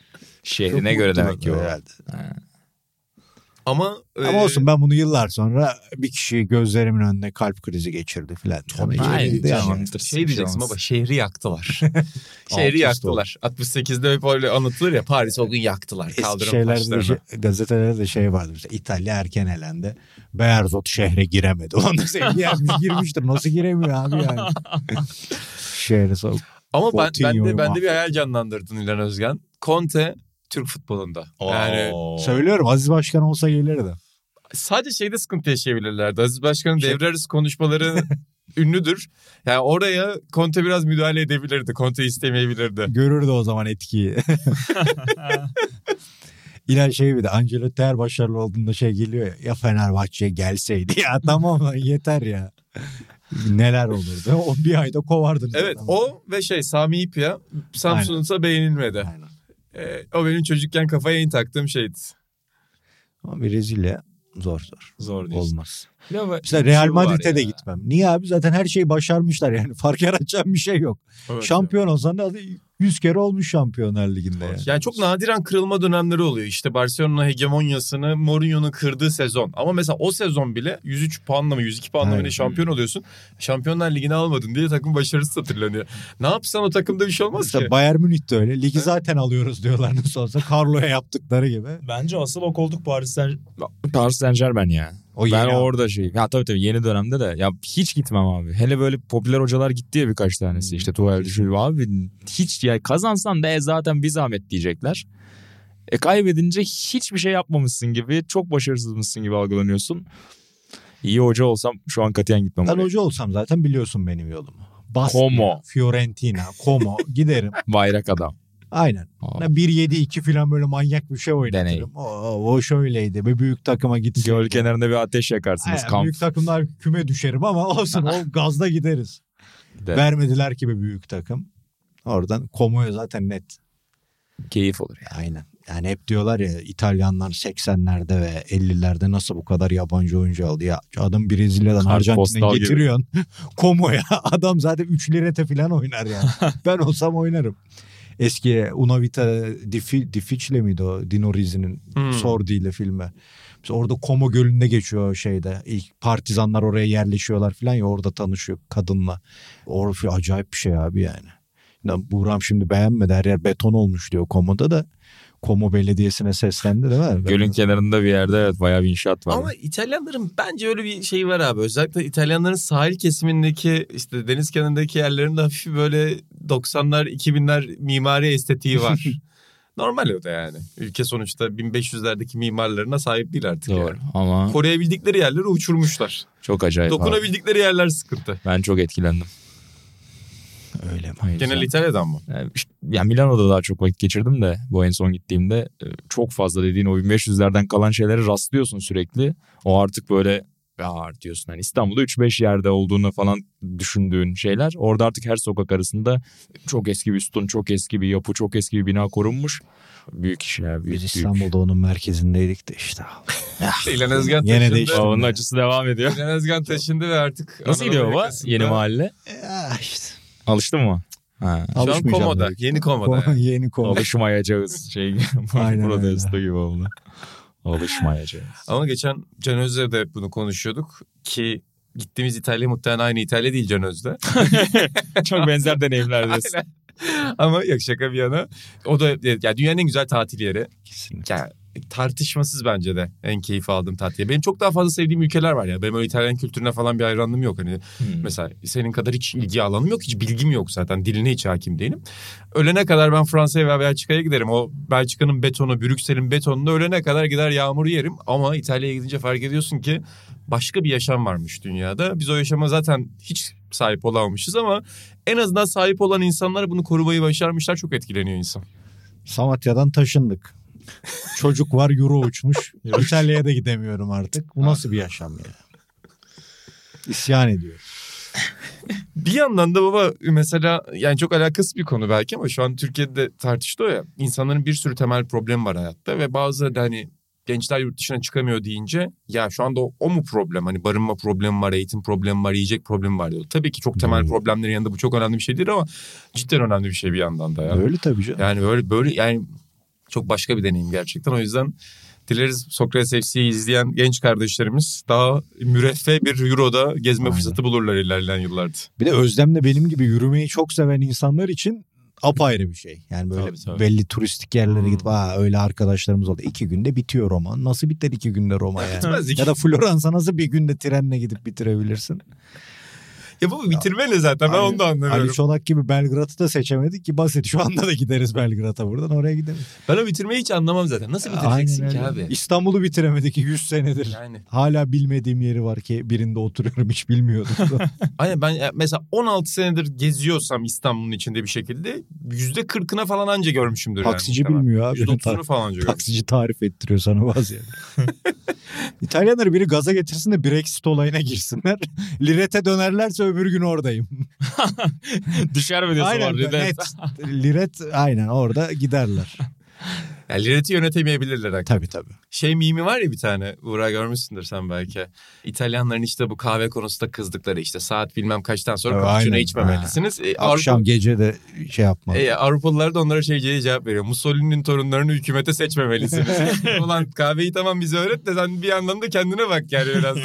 Şehrine göre demek ki o. Herhalde. Ama olsun, ben bunu yıllar sonra bir kişi gözlerimin önünde kalp krizi geçirdi filan. Şey diyeceksin baba, şehri yaktılar. Şehri yaktılar. 68'de hep öyle anlatılır ya, Paris o gün yaktılar. Kaldırım taşlarını. Gazetelerde de şey vardı işte, İtalya erken elendi. Beyerzot şehre giremedi. Ulan da girmiştir. Nasıl giremiyor abi yani? Şehre soğuk. Ama bende bir hayal canlandırdın İlhan Özgen. Conte Türk futbolunda. Yani söylüyorum, Aziz Başkan olsa gelirdi. Sadece şeyde sıkıntı yaşayabilirlerdi. Aziz Başkan'ın devre arası konuşmaları ünlüdür. Yani oraya Conte biraz müdahale edebilirdi. Conte istemeyebilirdi. Görürdü o zaman etkiyi. İlan bir de Ancelotti her başarılı olduğunda geliyor ya Fenerbahçe'ye gelseydi ya, tamam lan yeter ya. Neler olurdu? O bir ayda kovardınız. Evet adamı. O ve Sami İpya Samsun'sa beğenilmedi. Aynen. O benim çocukken kafaya en taktığım şeydi. Ama Brezilya zor. Zor diyorsun. Olmaz. Mesela Real Madrid'e de gitmem. Niye abi? Zaten her şeyi başarmışlar yani. Fark yaratacak bir şey yok. Evet, şampiyon olsan da 100 kere olmuş Şampiyonlar Ligi'nde yani. Yani çok nadiren kırılma dönemleri oluyor. İşte Barcelona hegemonyasını Mourinho'nun kırdığı sezon. Ama mesela o sezon bile 103 puanla mı 102 puanla mı şampiyon oluyorsun. Şampiyonlar Ligi'ni almadın diye takım başarısız hatırlanıyor. Ne yapsan o takımda bir şey olmaz mesela ki. Bayern Münih de öyle. Ligi zaten alıyoruz diyorlar nasıl olsa. Carlo'ya yaptıkları gibi. Bence asıl o koltuk Paris Saint-Germain ya. Ben orada ya tabii yeni dönemde de ya hiç gitmem abi. Hele böyle popüler hocalar gitti ya birkaç tanesi. İşte Tuchel düşüyor abi. Hiç ya kazansan da zaten bir zahmet diyecekler. Kaybedince hiçbir şey yapmamışsın gibi, çok başarısızmışsın gibi algılanıyorsun. İyi hoca olsam şu an katiyen gitmem. Ben hoca olsam zaten biliyorsun benim yolumu. Como. Fiorentina, Como giderim. Bayrak adam. Aynen. 1-7-2 falan böyle manyak bir şey oynatırım. O şöyleydi. Bir büyük takıma gitsin. Göl kenarında bir ateş yakarsınız. Kamp. Büyük takımlar küme düşerim ama olsun o gazda gideriz. Vermediler ki bir büyük takım. Oradan Como'ya zaten net. Keyif olur ya. Aynen. Yani hep diyorlar ya İtalyanlar 80'lerde ve 50'lerde nasıl bu kadar yabancı oyuncu aldı ya. Adam Brezilya'dan Arjantin'e getiriyorsun. Como'ya adam zaten 3 lirete falan oynar yani. Ben olsam oynarım. Eski Una Vita Difficile miydi o? Dino Risi'nin Sordi ile filmi. Mesela orada Como Gölü'nde geçiyor o şeyde. İlk partizanlar oraya yerleşiyorlar falan ya, orada tanışıyor kadınla. Orada acayip bir şey abi yani. Buğram şimdi beğenmedi, her yer beton olmuş diyor Como'da da. Como Belediyesi'ne seslendi değil mi? Gölün kenarında bir yerde evet bayağı bir inşaat var. Ama İtalyanların bence öyle bir şey var abi. Özellikle İtalyanların sahil kesimindeki işte deniz kenarındaki yerlerinde hafif böyle 90'lar 2000'ler mimari estetiği var. Normal o da yani. Ülke sonuçta 1500'lerdeki mimarlarına sahip değil artık. Doğru yani. ama Koruyabildikleri yerleri uçurmuşlar. çok acayip. Dokunabildikleri yerler sıkıntı. Ben çok etkilendim. Öyle mi? Genel İtalya'dan mı? Yani Milano'da daha çok vakit geçirdim de bu en son gittiğimde çok fazla dediğin o 1500'lerden kalan şeylere rastlıyorsun sürekli. O artık böyle diyorsun hani İstanbul'da 3-5 yerde olduğunu falan düşündüğün şeyler. Orada artık her sokak arasında çok eski bir sütun, çok eski bir yapı, çok eski bir bina korunmuş. Büyük iş ya. Büyük, Biz İstanbul'da onun merkezindeydik de işte. İlhan Özgen Yine taşındı. değişti. Onun acısı devam ediyor. İlhan Özgen taşındı ve artık... Nasıl gidiyor baba yeni mahalle? İşte. Alıştın mı? Ha. Şu an Alışmayacağım Komo'da. belki. Yeni Komo'da. Yani. Yeni Como. Alışmayacağız. Aynen Protesto gibi oldu. Alışmayacağız. Ama geçen Can Öz'le de bunu konuşuyorduk ki gittiğimiz İtalya muhtemelen aynı İtalya değil Can Öz'de. Çok benzer deneyimlerdeyiz. Aynen. Ama yok şaka bir yana. O da ya dünyanın en güzel tatil yeri. Kesinlikle. Yani tartışmasız bence de en keyif aldığım tatil. Benim çok daha fazla sevdiğim ülkeler var ya. Benim öyle İtalyan kültürüne falan bir hayranlığım yok. Hani mesela senin kadar hiç ilgi alanım yok. Hiç bilgim yok zaten. Diline hiç hakim değilim. Ölene kadar ben Fransa'ya veya Belçika'ya giderim. O Belçika'nın betonu, Brüksel'in betonunda ölene kadar gider yağmuru yerim. Ama İtalya'ya gidince fark ediyorsun ki başka bir yaşam varmış dünyada. Biz o yaşama zaten hiç sahip olamamışız ama en azından sahip olan insanlar bunu korumayı başarmışlar. Çok etkileniyor insan. Samatya'dan taşındık. Çocuk var, euro uçmuş. İtalya'ya da gidemiyorum artık. Bu nasıl bir yaşam ya? İsyan ediyor. Bir yandan da baba mesela yani çok alakasız bir konu belki ama şu an Türkiye'de tartışılıyor ya. İnsanların bir sürü temel problemi var hayatta ve bazıları da hani gençler yurt dışına çıkamıyor deyince ya şu anda o mu problem? Hani barınma problemi var, eğitim problemi var, yiyecek problemi var diyor. Tabii ki çok temel problemlerin yanında bu çok önemli bir şey değil ama cidden önemli bir şey bir yandan da ya. Öyle tabii canım. Yani böyle yani çok başka bir deneyim gerçekten. O yüzden dileriz Sokrates FC'yi izleyen genç kardeşlerimiz daha müreffeh bir Euro'da gezme fırsatı bulurlar ilerleyen yıllarda. Bir de Özlem'le benim gibi yürümeyi çok seven insanlar için apayrı bir şey. Yani böyle Tabii. belli turistik yerlere gidip öyle arkadaşlarımız oldu. 2 günde bitiyor Roma. Nasıl biter 2 günde Roma yani? Bitmez. Ya da Floransa nasıl bir günde trenle gidip bitirebilirsin? Ya bu bitirme ne zaten ben onu da anlamıyorum. Ali Çolak gibi Belgrad'ı da seçemedik ki, basit. Şu anda da gideriz Belgrad'a, buradan oraya gideriz. Ben o bitirmeyi hiç anlamam zaten. Nasıl bitireceksin ki abi? İstanbul'u bitiremedik 100 senedir. Yani. Hala bilmediğim yeri var ki birinde oturuyorum, hiç bilmiyordum. Aynen ben mesela 16 senedir geziyorsam İstanbul'un içinde bir şekilde %40'ına falan anca görmüşümdür. Taksici yani, bilmiyor abi. %30'unu falan anca görmüşüm. Taksici tarif ettiriyor sana bazı yani. İtalyanları biri gaza getirsin de Brexit olayına girsinler. Liret'e dönerlerse öbür gün oradayım. Düşer mi diyorsun? Aynen net. Liret aynen orada giderler. Yani Liret'i yönetemeyebilirler hakikaten. Tabii. Şey mimi var ya bir tane, Uğra görmüşsündür sen belki. İtalyanların işte bu kahve konusunda kızdıkları, işte saat bilmem kaçtan sonra cappuccino içmemelisiniz. Akşam gece de şey yapma. Avrupalılar da onlara diye cevap veriyor. Mussolini'nin torunlarını hükümete seçmemelisiniz. Ulan kahveyi tamam bize öğret de sen bir yandan da kendine bak yani biraz.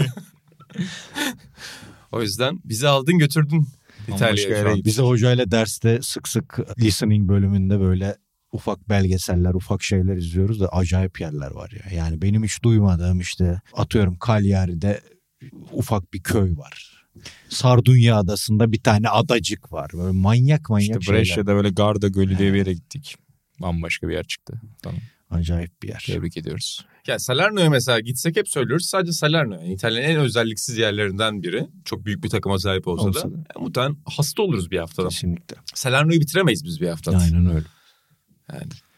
O yüzden bizi aldın götürdün İtalya'ya. Bize hocayla derste sık sık listening bölümünde böyle ufak belgeseller, ufak şeyler izliyoruz da acayip yerler var ya. Yani benim hiç duymadığım, işte atıyorum Cagliari'de ufak bir köy var. Sardunya Adası'nda bir tane adacık var. Böyle manyak İşte şeyler. Brescia'da böyle Garda Gölü diye bir yere gittik. Bambaşka bir yer çıktı. Tamam. Acayip bir yer. Tebrik ediyoruz. Ya Salerno'ya mesela gitsek hep söylüyoruz. Sadece Salerno. Yani İtalya'nın en özelliksiz yerlerinden biri. Çok büyük bir takıma sahip olsa da. Muhtemelen hasta oluruz bir haftada. Kesinlikle. Salerno'yu bitiremeyiz biz bir haftada. Aynen öyle. Yani.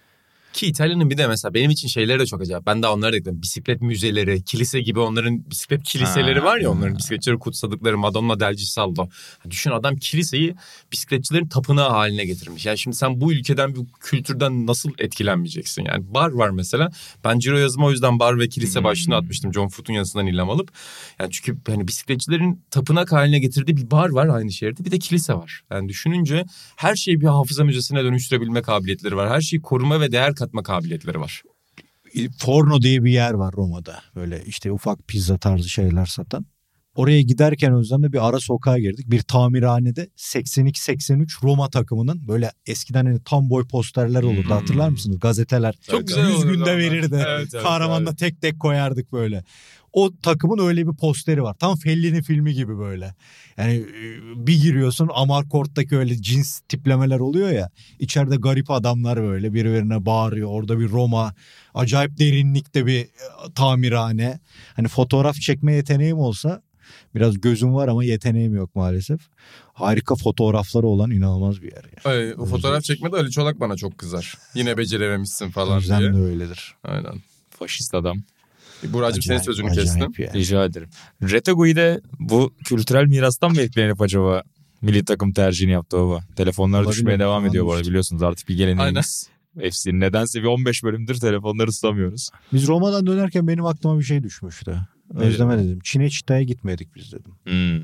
Ki İtalya'nın bir de mesela benim için şeyleri de çok acayip. Ben daha onları da ekledim. Bisiklet müzeleri, kilise gibi onların bisiklet kiliseleri var ya, onların bisikletçileri kutsadıkları Madonna del Gisaldo. Düşün, adam kiliseyi bisikletçilerin tapınağı haline getirmiş. Yani şimdi sen bu ülkeden, bu kültürden nasıl etkilenmeyeceksin? Yani bar var mesela. Ben Ciro yazıma o yüzden bar ve kilise başlığını atmıştım. John Foot'un yazısından ilham alıp. Yani çünkü hani bisikletçilerin tapınak haline getirdiği bir bar var aynı şehirde. Bir de kilise var. Yani düşününce her şeyi bir hafıza müzesine dönüştürebilme kabiliyetleri var. Her şeyi koruma ve değer katma kabiliyetleri var. Forno diye bir yer var Roma'da. Böyle işte ufak pizza tarzı şeyler satan. Oraya giderken Özlem'le bir ara sokağa girdik. Bir tamirhanede 82-83 Roma takımının böyle eskiden hani tam boy posterler olurdu. Hatırlar mısınız? Gazeteler. Çok güzel 100 olurdu günde onlar. verirdi. Evet, Kahraman'da evet. tek tek koyardık böyle. O takımın öyle bir posteri var. Tam Fellini filmi gibi böyle. Yani bir giriyorsun, Amarkort'taki öyle cins tiplemeler oluyor ya. İçeride garip adamlar böyle birbirine bağırıyor. Orada bir Roma, acayip derinlikte bir tamirhane. Hani fotoğraf çekme yeteneğim olsa, biraz gözüm var ama yeteneğim yok maalesef. Harika fotoğrafları olan inanılmaz bir yer. Yani. O fotoğraf çekmede Ali Çolak bana çok kızar. Yine becerememişsin falan Özlem diye. de öyledir. Aynen. Faşist adam. Buracığım senin sözünü kestim. Yani. Rica ederim. Retegui'de bu kültürel mirastan mı etkilenip acaba milli takım tercihini yaptı baba? Telefonlar Olabilir, düşmeye devam ediyor bu arada, olmuştur. biliyorsunuz artık bir geleneğimiz. FC'nin nedense bir 15 bölümdür telefonları tutamıyoruz. Biz Roma'dan dönerken benim aklıma bir şey düşmüştü. Özlem'e dedim. Çineçita'ya gitmedik biz dedim.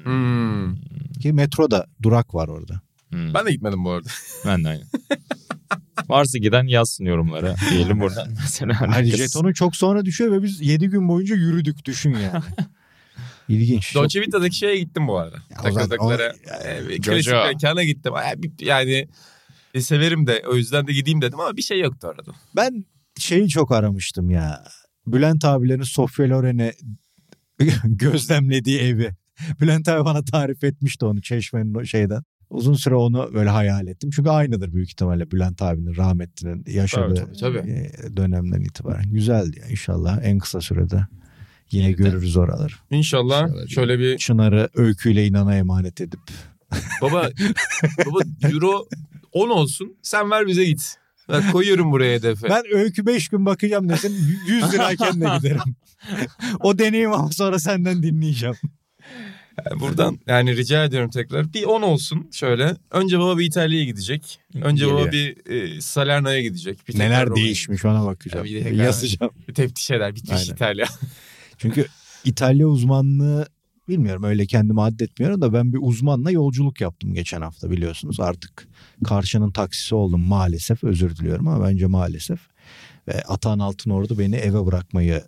Ki metroda durak var orada. Ben de gitmedim bu arada. Ben de aynı. Varsa giden yazsın yorumlara. Diyelim buradan. Mesela Hani jetonun çok sonra düşüyor ve biz 7 gün boyunca yürüdük, düşün yani. İlginç. Dolce Vita'daki şeye gittim bu arada. Takıldıklara. Klasik mekana gittim. Yani severim de, o yüzden de gideyim dedim ama bir şey yoktu orada. Ben şeyi çok aramıştım ya. Bülent abilerin Sofya Loren'e gözlemlediği evi. Bülent abi bana tarif etmişti onu Çeşme'nin o şeyden. Uzun süre onu böyle hayal ettim. Çünkü aynıdır büyük ihtimalle Bülent abinin, rahmetlinin yaşadığı tabii. dönemden itibaren. Güzeldi ya, inşallah en kısa sürede yine görürüz oraları. İnşallah şöyle bir... Çınar'ı Öykü'yle İnan'a emanet edip. Baba euro 10 olsun, sen ver bize git. Ben koyuyorum buraya hedefe. Ben Öykü 5 gün bakacağım desin 100 lirayken de giderim. O deneyim ama sonra senden dinleyeceğim. Yani buradan yani rica ediyorum tekrar. Bir 10 olsun şöyle. Önce baba bir İtalya'ya gidecek. Önce Geliyor. baba bir Salerna'ya gidecek. Bir tekrar Neler Roma'ya değişmiş ona bakacağım. Ya bir tekrar- Yazacağım. Bir teftiş eder. Bitmiş Aynen. İtalya. Çünkü İtalya uzmanlığı, bilmiyorum, öyle kendimi addetmiyorum da ben bir uzmanla yolculuk yaptım geçen hafta, biliyorsunuz. Artık karşının taksisi oldum maalesef, özür diliyorum ama bence maalesef. Ve Atahan Altınordu beni eve bırakmayı,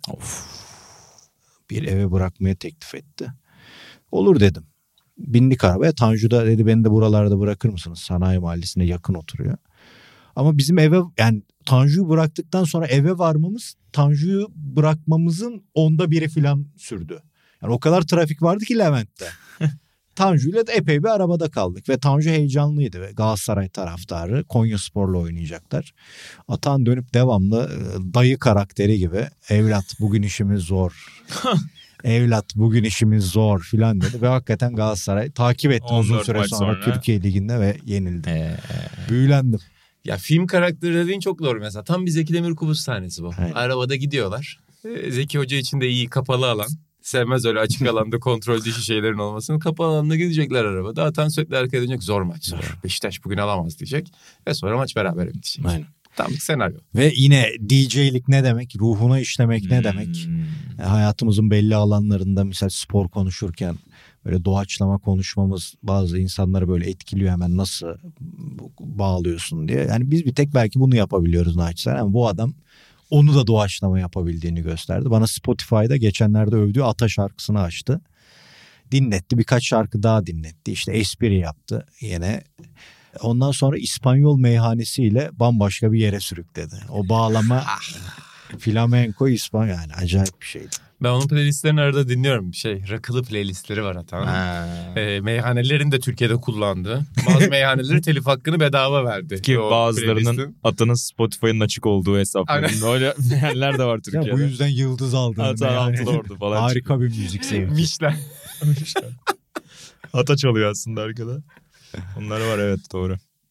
bir eve bırakmaya teklif etti. Olur dedim. Bindik arabaya. Tanju da dedi beni de buralarda bırakır mısınız? Sanayi Mahallesi'ne yakın oturuyor. Ama bizim eve, yani Tanju'yu bıraktıktan sonra eve varmamız Tanju'yu bırakmamızın 1/10 falan sürdü. Yani o kadar trafik vardı ki Levent'te. Tanju'yla da epey bir arabada kaldık ve Tanju heyecanlıydı ve Galatasaray taraftarı, Konyaspor'la oynayacaklar. Atan dönüp devamlı dayı karakteri gibi evlat bugün işimiz zor. Evlat bugün işimiz zor filan dedi ve hakikaten Galatasaray takip ettim uzun 14 süre maç sonra sonra. Türkiye Ligi'nde ve yenildi. Büyülendim. Ya film karakteri dediğin çok doğru mesela. Tam bir Zeki Demirkubuz sahnesi bu. Aynen. Arabada gidiyorlar. Zeki Hoca için de iyi kapalı alan. Sevmez öyle açık alanda kontrol dışı şeylerin olmasını. Kapalı alanda gidecekler arabada. Atan sürekli arkaya dönecek. Zor maç zor. Beşiktaş bugün alamaz diyecek. Ve sonra maç beraber bitecek. Aynen. Tam bir senaryo. Ve yine DJ'lik ne demek? Ruhuna işlemek ne demek? Hayatımızın belli alanlarında mesela spor konuşurken böyle doğaçlama konuşmamız bazı insanları böyle etkiliyor, hemen nasıl bağlıyorsun diye. Yani biz bir tek belki bunu yapabiliyoruz naçizane ama bu adam onu da doğaçlama yapabildiğini gösterdi. Bana Spotify'da geçenlerde övdüğü Ata şarkısını açtı. Dinletti, birkaç şarkı daha dinletti. İşte espri yaptı yine. Ondan sonra İspanyol meyhanesiyle bambaşka bir yere sürükledi. O bağlama flamenco İspanyol, yani acayip bir şeydi. Ben onun playlistlerini arada dinliyorum. Rakılı playlistleri var hatta. Meyhanelerin de Türkiye'de kullandığı. Bazı meyhaneleri telif hakkını bedava verdi. Ki O bazılarının playlistin. Atının Spotify'ın açık olduğu hesapların. Öyle yerler de var Ya Türkiye'de. bu yüzden yıldız aldığını. Ata Altınordu falan. Harika bir müzik zevki. Mişler. Ata çalıyor aslında arkada. Onlar var, evet, doğru.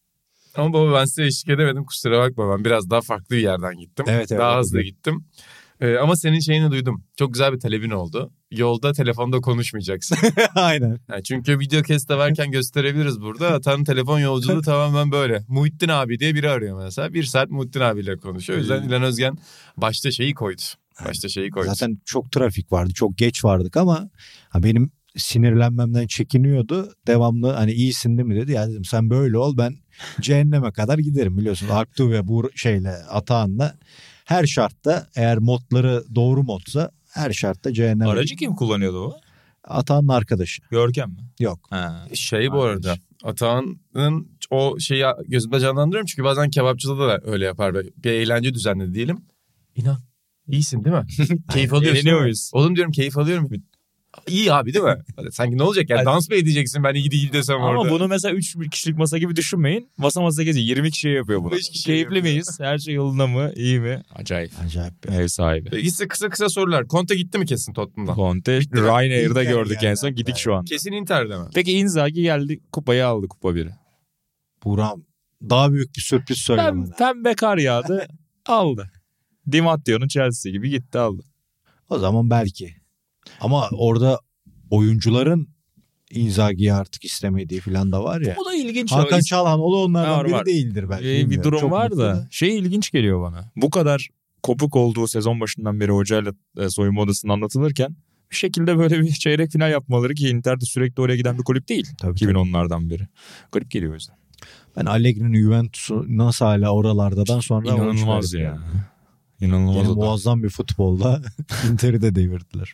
Ama baba ben size eşlik edemedim, kusura bakma, ben biraz daha farklı bir yerden gittim. Evet, daha evet. hızlı gittim. Ama senin şeyini duydum. Çok güzel bir talebin oldu. Yolda telefonda konuşmayacaksın. Aynen. Yani çünkü video keste varken gösterebiliriz burada. Atanın telefon yolculuğu tamamen böyle. Muhittin abi diye biri arıyor mesela. 1 saat Muhittin abiyle konuşuyor. O yüzden İlhan Özgen başta şeyi koydu. Zaten çok trafik vardı. Çok geç vardık ama benim sinirlenmemden çekiniyordu. Devamlı hani iyisin değil mi dedi. Ya dedim sen böyle ol, ben cehenneme kadar giderim biliyorsun. Aktu ve bu Atahan'la her şartta, eğer modları doğru modsa her şartta cehenneme. Aracı kim kullanıyordu o? Atahan'ın arkadaşı. Görkem mi? Yok. Ha. Bu arada Atahan'ın o şeyi gözümde canlandırıyorum. Çünkü bazen kebapçıda da öyle yapar. Bir eğlence düzenledi diyelim. İnan iyisin değil mi? Keyif alıyorsun. Eğleniyor muyuz? Oğlum diyorum keyif alıyorum. İyi abi değil mi? Sanki ne olacak yani, dans mı edeceksin ben iyi değil desem orada. Ama bunu mesela 3 kişilik masa gibi düşünmeyin. Masa geziyor. 20 kişi yapıyor bunu. 5 kişi Keyifli yapıyor. miyiz? Her şey yolunda mı? İyi mi? Acayip. Ev sahibi. Peki size kısa sorular. Conte gitti mi kesin Tottenham'dan? Conte Ryanair'da Inter gördük yani. en son. Gidik şu an. Kesin Inter'de mi? Peki Inzaghi geldi. Kupayı aldı, kupa 1'i. Buram daha büyük bir sürpriz söyle bana. Pembe kar yağdı. Aldı. Di Matteo'nun Chelsea gibi gitti aldı. O zaman belki. Ama orada oyuncuların Inzaghi'yi artık istemediği falan da var ya. O da ilginç. Hakan Çalhanoğlu onlardan biri var. değildir belki. Bir bilmiyorum. durum Çok var mutlu da. Şey ilginç geliyor bana. Bu kadar kopuk olduğu sezon başından beri hocayla soyunma odasında anlatılırken bir şekilde böyle bir çeyrek final yapmaları, ki Inter de sürekli oraya giden bir kulüp değil. Tabii, 2010'lardan beri. Garip geliyor o yüzden. Ben Allegri'nin Juventus'u nasıl hala oralardadan sonra İnanılmaz ya. İnanılmaz Yani o da. muazzam bir futbolla Inter'i de devirdiler.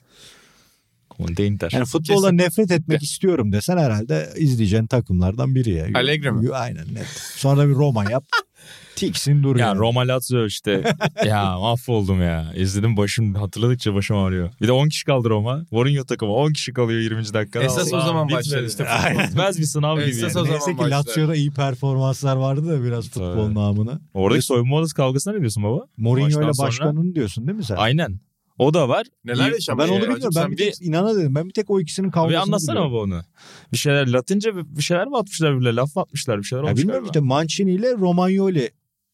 Conte Inter. Yani futbola nefret etmek istiyorum desen herhalde izleyeceğin takımlardan biri ya. Allegri mi? Aynen net. Sonra da bir Roma yap. Tiksin dur Ya yani. Roma Lazio işte. Ya mahvoldum ya. İzledim, hatırladıkça başım ağrıyor. Bir de 10 kişi kaldı Roma. Mourinho takımı 10 kişi kalıyor 20. dakikada. Esas o zaman başlar işte. Bitmez bir sınav gibi. Esas Yani. o zaman Neyse ki başlar. Lazio'da iyi performanslar vardı da biraz futbol Tabii. namına. Oradaki soyunma odası kavgasına ne diyorsun baba? Mourinho ile Maçtan sonra- başkanın diyorsun değil mi sen? Aynen. O da var. Neler İyi- yaşamış? Ben onu ya? bilmiyorum. Sen Ben bir tek inana dedim. Ben bir tek o ikisinin kavgasını Bir anlatsana biliyorum. baba onu. Bir şeyler Latince bir şeyler mi atmışlar birbirine? Laf mı atmışlar? Bir şeyler Ya olmuş bilmiyorum galiba. işte Mancini ile Romagnoli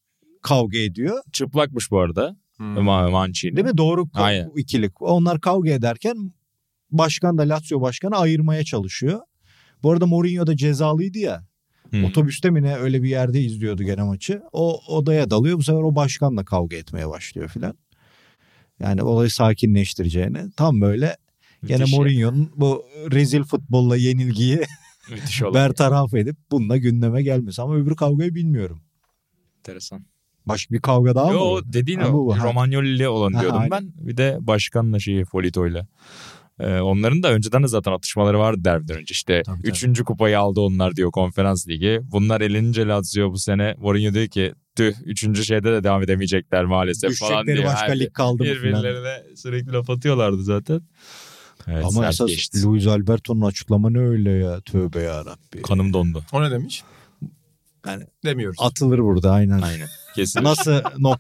kavga ediyor. Çıplakmış bu arada. Mancini. Değil mi? Doğru Aynen. ikilik. Onlar kavga ederken başkan da Lazio başkanı ayırmaya çalışıyor. Bu arada Mourinho da cezalıydı ya. Otobüste mi ne öyle bir yerde izliyordu gene maçı. O odaya dalıyor. Bu sefer o başkanla kavga etmeye başlıyor filan. Yani olayı sakinleştireceğine. Tam böyle gene Müthiş ya. Mourinho'nun bu rezil futbolla yenilgiyi Müthiş olay. bertaraf edip bununla gündeme gelmesi. Ama öbür kavgayı bilmiyorum. Enteresan. Başka bir kavga daha mı? Yo var? dediğin Ha, o. bu, ha. Romagnoli'li olan Ha, diyordum aynen. ben. Bir de başkanla Polito'yla. Onların da önceden de zaten atışmaları vardı derbiden önce. İşte Tabii, 3. kupayı aldı onlar diyor, Konferans Ligi. Bunlar elince Lazio bu sene, Mourinho diyor ki 3. şeyde de devam edemeyecekler maalesef falan Düşecekleri diyor. başka lig kaldı mı filan. Birbirlerine sürekli laf atıyorlardı zaten. Evet, Ama sert esas geçti. Luis Alberto'nun açıklama ne öyle ya. Tövbe yarabbi. Kanım dondu. O ne demiş? Yani Demiyoruz. atılır burada aynen. Aynen. Kesin. Nasıl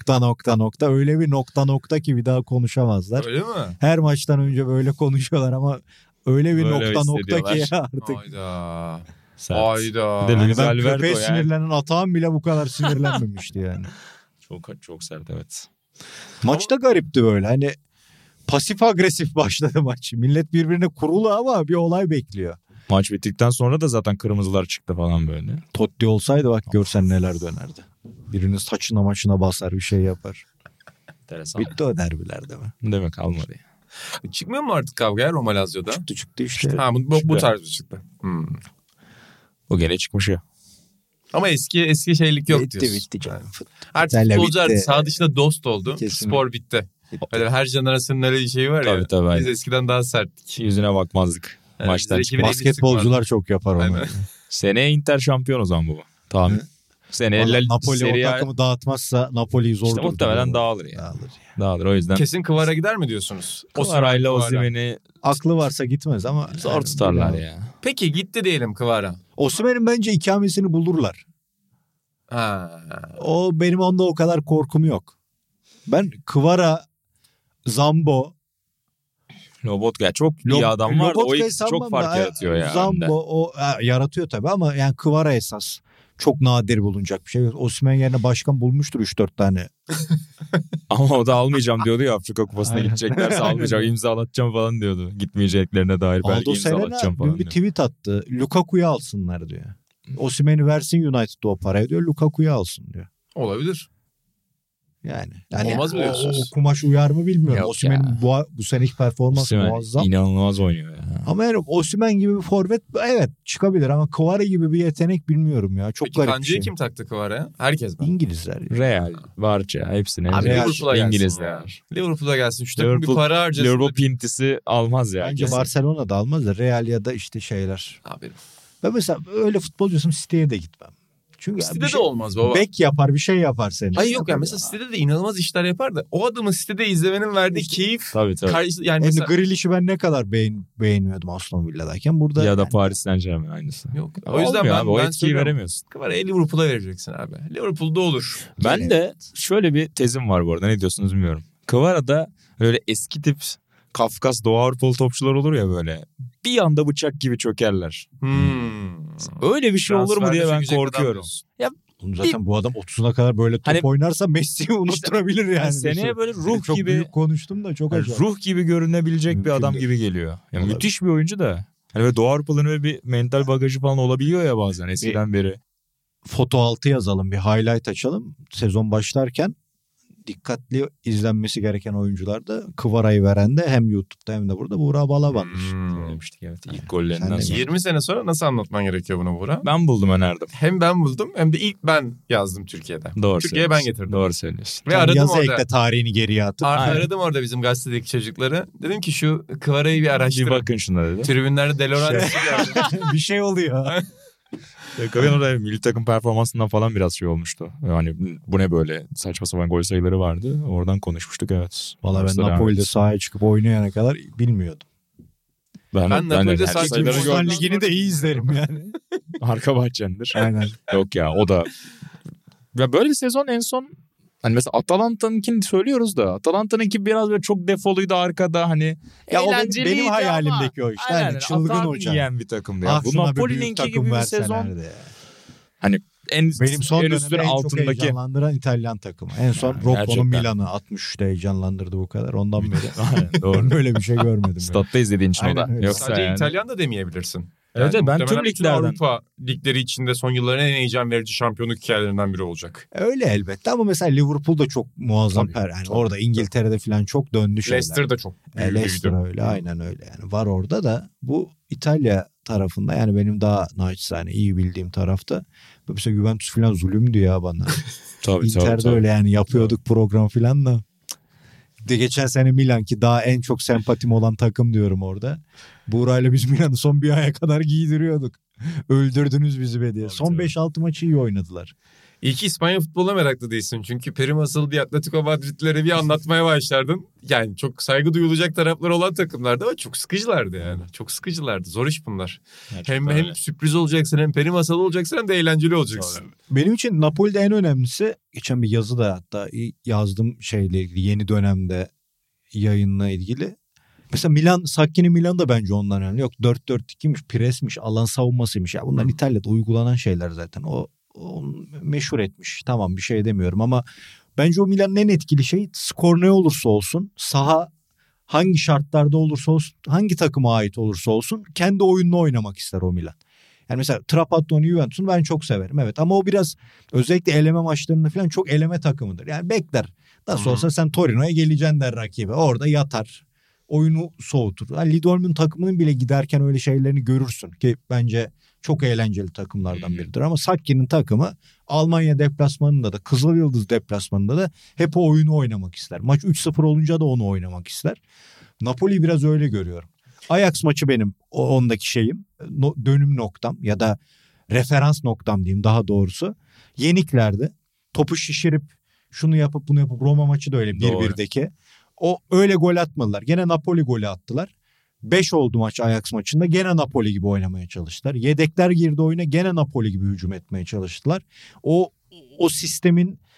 nokta öyle bir nokta ki bir daha konuşamazlar. Öyle mi? Her maçtan önce böyle konuşuyorlar ama öyle bir Böyle nokta ki hissediyorlar. artık. Hayda. Sert. Hayda. Bir de Luis Ben Alberto köpeğe yani. sinirlenen Atahan bile bu kadar sinirlenmemişti yani. Çok sert, evet. Maç da garipti böyle hani pasif agresif başladı maç. Millet birbirine kurulu ama bir olay bekliyor. Maç bittikten sonra da zaten kırmızılar çıktı falan böyle. Totti olsaydı bak görsen neler dönerdi. Birinin saçına maçına basar bir şey yapar. Enteresan. Bitti o derbiler değil mi? Demek kalmadı ya. Çıkmıyor mu artık kavga ya Roma Lazio'da? Çıktı işte. Ha bu tarz bir çıktı. Bu gene çıkmış ya. Ama eski şeylik yok Bitti diyorsun. bitti canım. Artık Futbolle futbolcular bitti. sağ dışında dost oldu. Kesinlikle. Spor bitti. Öyle her jenerasyonun öyle bir şeyi var ya. Tabii, aynen. Biz eskiden daha serttik. Yüzüne bakmazdık. Evet, Maçtan biz çıkıp. Basketbolcular çok yapar onu. Aynen. Seneye Inter şampiyon o zaman bu. Tahmin. Seneye Vallahi La Napoli Serie o A takımı dağıtmaz işte Napoli'yi zor durdurur. muhtemelen dağılır ya. Dağılır. Dağılır, o yüzden. Kesin Kıvara gider mi diyorsunuz? Kıvara'yla Kıvara. Osimhen'i Aklı varsa gitmez ama. zor tutarlar ya. Peki gitti diyelim Kıvara. Osimhen'in bence ikamesini bulurlar. Ha. O benim onda o kadar korkum yok. Ben Kvara, Zambo, Lobotka çok iyi adam var. O Lobotka'yı ikisi çok sanmam fark da, yaratıyor ya. Zambo o yaratıyor tabii ama yani Kvara esas. çok nadir bulunacak bir şey. Osimhen yerine başkan bulmuştur 3-4 tane. Ama o da almayacağım diyordu ya, Afrika Kupası'na Aynen. gideceklerse almayacağım, imzalatacağım falan diyordu. Gitmeyeceklerine dair belki Aldo Serena imzalatacağım dün falan bir diyor. tweet attı. Lukaku'yu alsınlar diyor. Osimhen'i versin United'da o parayı diyor. Lukaku'yu alsın diyor. Olabilir. Yani Olmaz mı o diyorsunuz? kumaş uyar mı bilmiyorum. Yok Osimhen'in bu seneki performansı Osimhen muazzam. inanılmaz oynuyor ya. Ama yani Osimhen gibi bir forvet evet çıkabilir ama Kvara gibi bir yetenek bilmiyorum ya. Çok Peki garip bir kancayı şey. kim taktı Kıvara'ya? Herkes mi? İngilizler. Real, Barça hepsine. Abi Real, Liverpool'a gelsin İngilizler. ya. Liverpool'a gelsin. Şu takım bir Liverpool- para harcasın. Liverpool pintisi almaz ya. Bence kesin. Barcelona da almaz da Real ya da işte şeyler. Abi. Ben mesela öyle futbolcuysam City'ye de gitmem. Çünkü bir City'de şey, de olmaz baba. bek yapar bir şey yapar seni. Hayır yok ya mesela City'de de inanılmaz işler yapar da o adamı City'de izlemenin verdiği keyif Tabii tabii. yani Yani mesela Grealish'i ben ne kadar beğenmiyordum Aston Villa'dayken. Burada Ya da yani Paris Saint-Germain aynısı. yok. O O yüzden yüzden ben o ben etkiyi söylüyorum. veremiyorsun. Kıvara'yı Liverpool'a vereceksin abi. Liverpool'da olur. Ben de şöyle bir tezim var bu arada, ne diyorsunuz bilmiyorum. Kıvara'da öyle eski tip Kafkas Doğu Avrupalı topçular olur ya böyle. Bir anda bıçak gibi çökerler. Öyle bir şey olur mu diye ben Transferde çökecek adam korkuyorum. diyorsun. Oğlum zaten bu adam 30'una kadar böyle top Hani- oynarsa Messi'yi unutturabilir yani. Yani bir seneye süre. böyle Yani ruh çok gibi, büyük konuştum da çok acayip. ruh gibi görünebilecek bir Mümkün adam değil. gibi geliyor. Yani Olabilir. müthiş bir oyuncu da. Hani böyle Doğu Avrupalı'nın öyle bir mental bagajı falan olabiliyor ya bazen eskiden beri. Foto altı yazalım, bir highlight açalım. Sezon başlarken dikkatli izlenmesi gereken oyuncularda Kıvara'yı veren de hem YouTube'da hem de burada Buğra Balaban'dır. Demiştik evet ilk gollerinden Sen de sonra. 20 sene sonra nasıl anlatman gerekiyor bunu Buğra? Ben buldum, önerdim. Hem ben buldum hem de ilk ben yazdım Türkiye'de. Doğru Türkiye'ye ben söylüyorsun. getirdim. Doğru söylüyorsun. Ve aradım Yazı orada. ekle tarihini geriye atıp. Aradım orada bizim gazetedeki çocukları. Dedim ki şu Kıvara'yı bir Bir araştırın. bakın şuna dedi. Tribünlerde Delorant'ı geldi. bir şey oluyor. Kavyan orada milli takım performansından falan biraz şey olmuştu. Yani bu ne böyle saçma sapan gol sayıları vardı. Oradan konuşmuştuk evet. Valla ben Maçta devam Napoli'de ediyoruz. sahaya çıkıp oynayana kadar bilmiyordum. Ben Napoli'de sadece sayıları Yugoslav Yugoslav gördüm. Ligi'ni de iyi izlerim yani. Arka bahçendir. Aynen. Yok ya o da. Ya böyle bir sezon en son hani mesela Atalanta'nınkini söylüyoruz da Atalanta'nınki biraz böyle çok defoluydu arkada hani Ya o eğlenceliydi benim ama- hayalimdeki o işte. Aynen, Hani çılgın atak hoca. yiyen bir takımdı. Ya. Ah, Bu şuna bir büyük Napoli'ninki takım gibi bir sezon verselerdi ya. en, Benim son en dönemde üstün en çok altındaki. heyecanlandıran İtalyan takımı. En son Yani Rocco'nun gerçekten. Milan'ı 63'te heyecanlandırdı bu kadar. Ondan beri Aynen, doğru. ben böyle bir şey görmedim. yani. Statta izlediğin için o Aynen da. öyle. Yoksa Sadece yani. İtalyan da demeyebilirsin. Evet, ben tüm muhtemelen bütün liglerden. Avrupa ligleri içinde son yılların en heyecan verici şampiyonluk hikayelerinden biri olacak. Öyle elbette ama mesela Liverpool da çok muazzam Tabii, yani tabii, orada İngiltere'de falan çok döndü şeyler. Leicester de çok Leicester büyüdü. öyle aynen öyle yani var orada da bu İtalya tarafında yani benim daha naçizane iyi bildiğim tarafta mesela Juventus falan zulümdü ya bana. Tabii, Inter'de öyle yani yapıyorduk program falan da. De geçen sene Milan ki daha en çok sempatim olan takım diyorum orada. Buğra'yla biz Milan'ı son bir aya kadar giydiriyorduk. Öldürdünüz bizi be diye. Tabii, Son tabii. 5-6 maçı iyi oynadılar. İyi ki İspanya futboluna meraklı değilsin. Çünkü Peri Masalı diye Atletico Madrid'leri bir anlatmaya başlardın. Yani çok saygı duyulacak tarafları olan takımlardı ama çok sıkıcılardı yani. Çok sıkıcılardı. Zor iş bunlar. Hem sürpriz olacaksın hem Peri Masalı olacaksın hem de eğlenceli olacaksın. Benim için Napoli'de en önemlisi geçen bir yazı da hatta yazdım şeyle ilgili yeni dönemde yayınla ilgili. Mesela Milan, Sacchi'nin Milan da bence ondan önemli. Yok 4-4-2'ymiş, presmiş, alan savunmasıymış. Ya bunlar İtalya'da uygulanan şeyler zaten. O meşhur etmiş. Tamam bir şey demiyorum ama bence o Milan'ın en etkili şey skor ne olursa olsun, saha hangi şartlarda olursa olsun, hangi takıma ait olursa olsun kendi oyununu oynamak ister o Milan. Yani mesela Trapattoni Juventus'un ben çok severim evet ama o biraz özellikle eleme maçlarında falan çok eleme takımıdır. Yani bekler. Nasıl olsa sen Torino'ya geleceksin der rakibe. Orada yatar. Oyunu soğutur. Yani Lidolm'un takımının bile giderken öyle şeylerini görürsün ki bence çok eğlenceli takımlardan biridir. Ama Sacchi'nin takımı Almanya deplasmanında da Kızıl Yıldız deplasmanında da hep o oyunu oynamak ister. Maç 3-0 olunca da onu oynamak ister. Napoli biraz öyle görüyorum. Ajax maçı benim ondaki şeyim. Dönüm noktam ya da referans noktam diyeyim daha doğrusu. Yeniklerdi. Topu şişirip şunu yapıp bunu yapıp Roma maçı da öyle 1-1'deki. O öyle gol atmadılar. Gene Napoli golü attılar. 5 oldu maç Ajax maçında. Gene Napoli gibi oynamaya çalıştılar. Yedekler girdi oyuna. Gene Napoli gibi hücum etmeye çalıştılar. O sistemin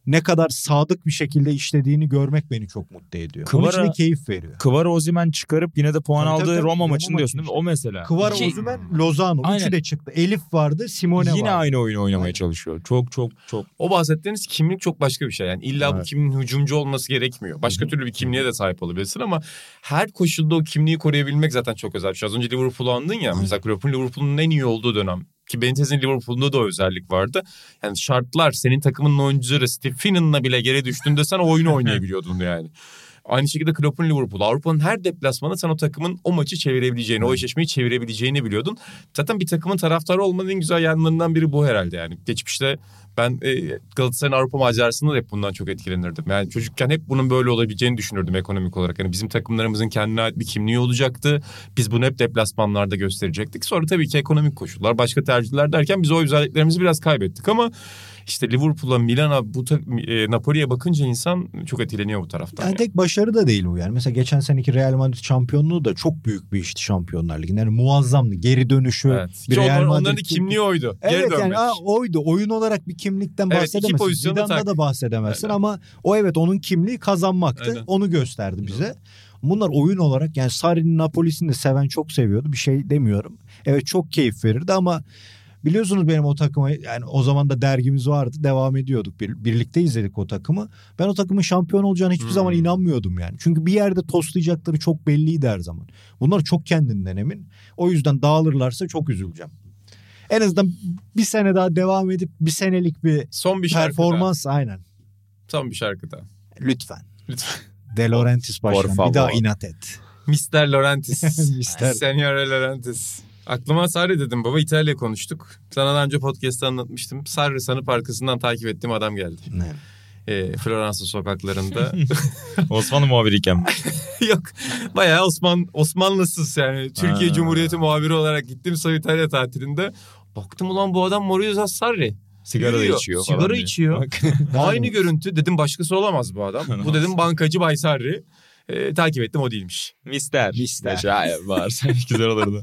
ne kadar sadık bir şekilde işlediğini görmek beni çok mutlu ediyor. Onun için de keyif veriyor. Kvara Osimhen çıkarıp yine de puan Tabii, aldığı tabii. Roma maçını Roma diyorsun değil mi? O mesela. Kvara, Osimhen, Lozano. Aynen. Üçü de çıktı. Elif vardı, Simone vardı. Yine aynı oyunu oynamaya çalışıyor. Çok. O bahsettiğiniz kimlik çok başka bir şey. Yani illa bu kimliğin hücumcu olması gerekmiyor. Başka türlü bir kimliğe de sahip olabilirsin ama her koşulda o kimliği koruyabilmek zaten çok özel bir şey. Az önce Liverpool'u andın ya. Mesela Liverpool'un en iyi olduğu dönem. Ki Benitez'in Liverpool'unda da o özellik vardı. Yani şartlar senin takımın oyuncuları Steve Finnan'la bile geri düştüğünde sen o oyunu oynayabiliyordun yani. Aynı şekilde Klopp'un Liverpool. Avrupa'nın her deplasmanı sen o takımın o maçı çevirebileceğini, o eşleşmeyi çevirebileceğini biliyordun. Zaten bir takımın taraftarı olmanın en güzel yanlarından biri bu herhalde yani. Geçmişte ben Galatasaray'ın Avrupa macerasında da hep bundan çok etkilenirdim. Yani çocukken hep bunun böyle olabileceğini düşünürdüm ekonomik olarak. Yani bizim takımlarımızın kendine ait bir kimliği olacaktı. Biz bunu hep deplasmanlarda gösterecektik. Sonra tabii ki ekonomik koşullar, başka tercihler derken biz o özelliklerimizi biraz kaybettik ama İşte Liverpool'a, Milan'a, Napoli'ye bakınca insan çok etkileniyor bu taraftan. Yani tek başarı da değil bu yani. Mesela geçen seneki Real Madrid şampiyonluğu da çok büyük bir işti Şampiyonlar Ligi'nde. Yani muazzamdı. Geri dönüşü. Evet. Bir Real onların Madrid da kimliği oydu. Evet Geri dönmek. yani oydu. Oyun olarak bir kimlikten Evet, bahsedemezsin. Zidane'da da bahsedemezsin ama onun kimliği kazanmaktı. Aynen. Onu gösterdi bize. Bunlar oyun olarak yani Sarri'nin Napoli'sini de seven çok seviyordu. Bir şey demiyorum. Evet çok keyif verirdi ama biliyorsunuz benim o takıma yani o zaman da dergimiz vardı. Devam ediyorduk. Birlikte izledik o takımı. Ben o takımın şampiyon olacağına hiçbir zaman inanmıyordum yani. Çünkü bir yerde toslayacakları çok belliydi her zaman. Bunlar çok kendinden emin. O yüzden dağılırlarsa çok üzüleceğim. En azından bir sene daha devam edip bir senelik bir son bir performans aynen. Son bir şarkı daha. Lütfen. Lütfen. De Laurentiis başkan bir daha inat et. Mr. Laurentiis. Mr. Signore Laurentiis. Aklıma Sarri dedim baba, İtalya konuştuk. Sana daha önce podcast'ta anlatmıştım. Sarri sanıp arkasından takip ettiğim adam geldi. Ne? Floransa sokaklarında. Osmanlı muhabiriyken mi? Yok. Bayağı Osmanlısız yani. Türkiye Cumhuriyeti muhabiri olarak gittim son İtalya tatilinde. Baktım ulan bu adam Maurizio Sarri. Sigara da içiyor falan. Sigara diye. içiyor. Aynı görüntü. Dedim başkası olamaz bu adam. Bu dedim bankacı Bay Sarri. Takip ettim, o değilmiş. Mister. Hayır, bağırsan güzel olurdu.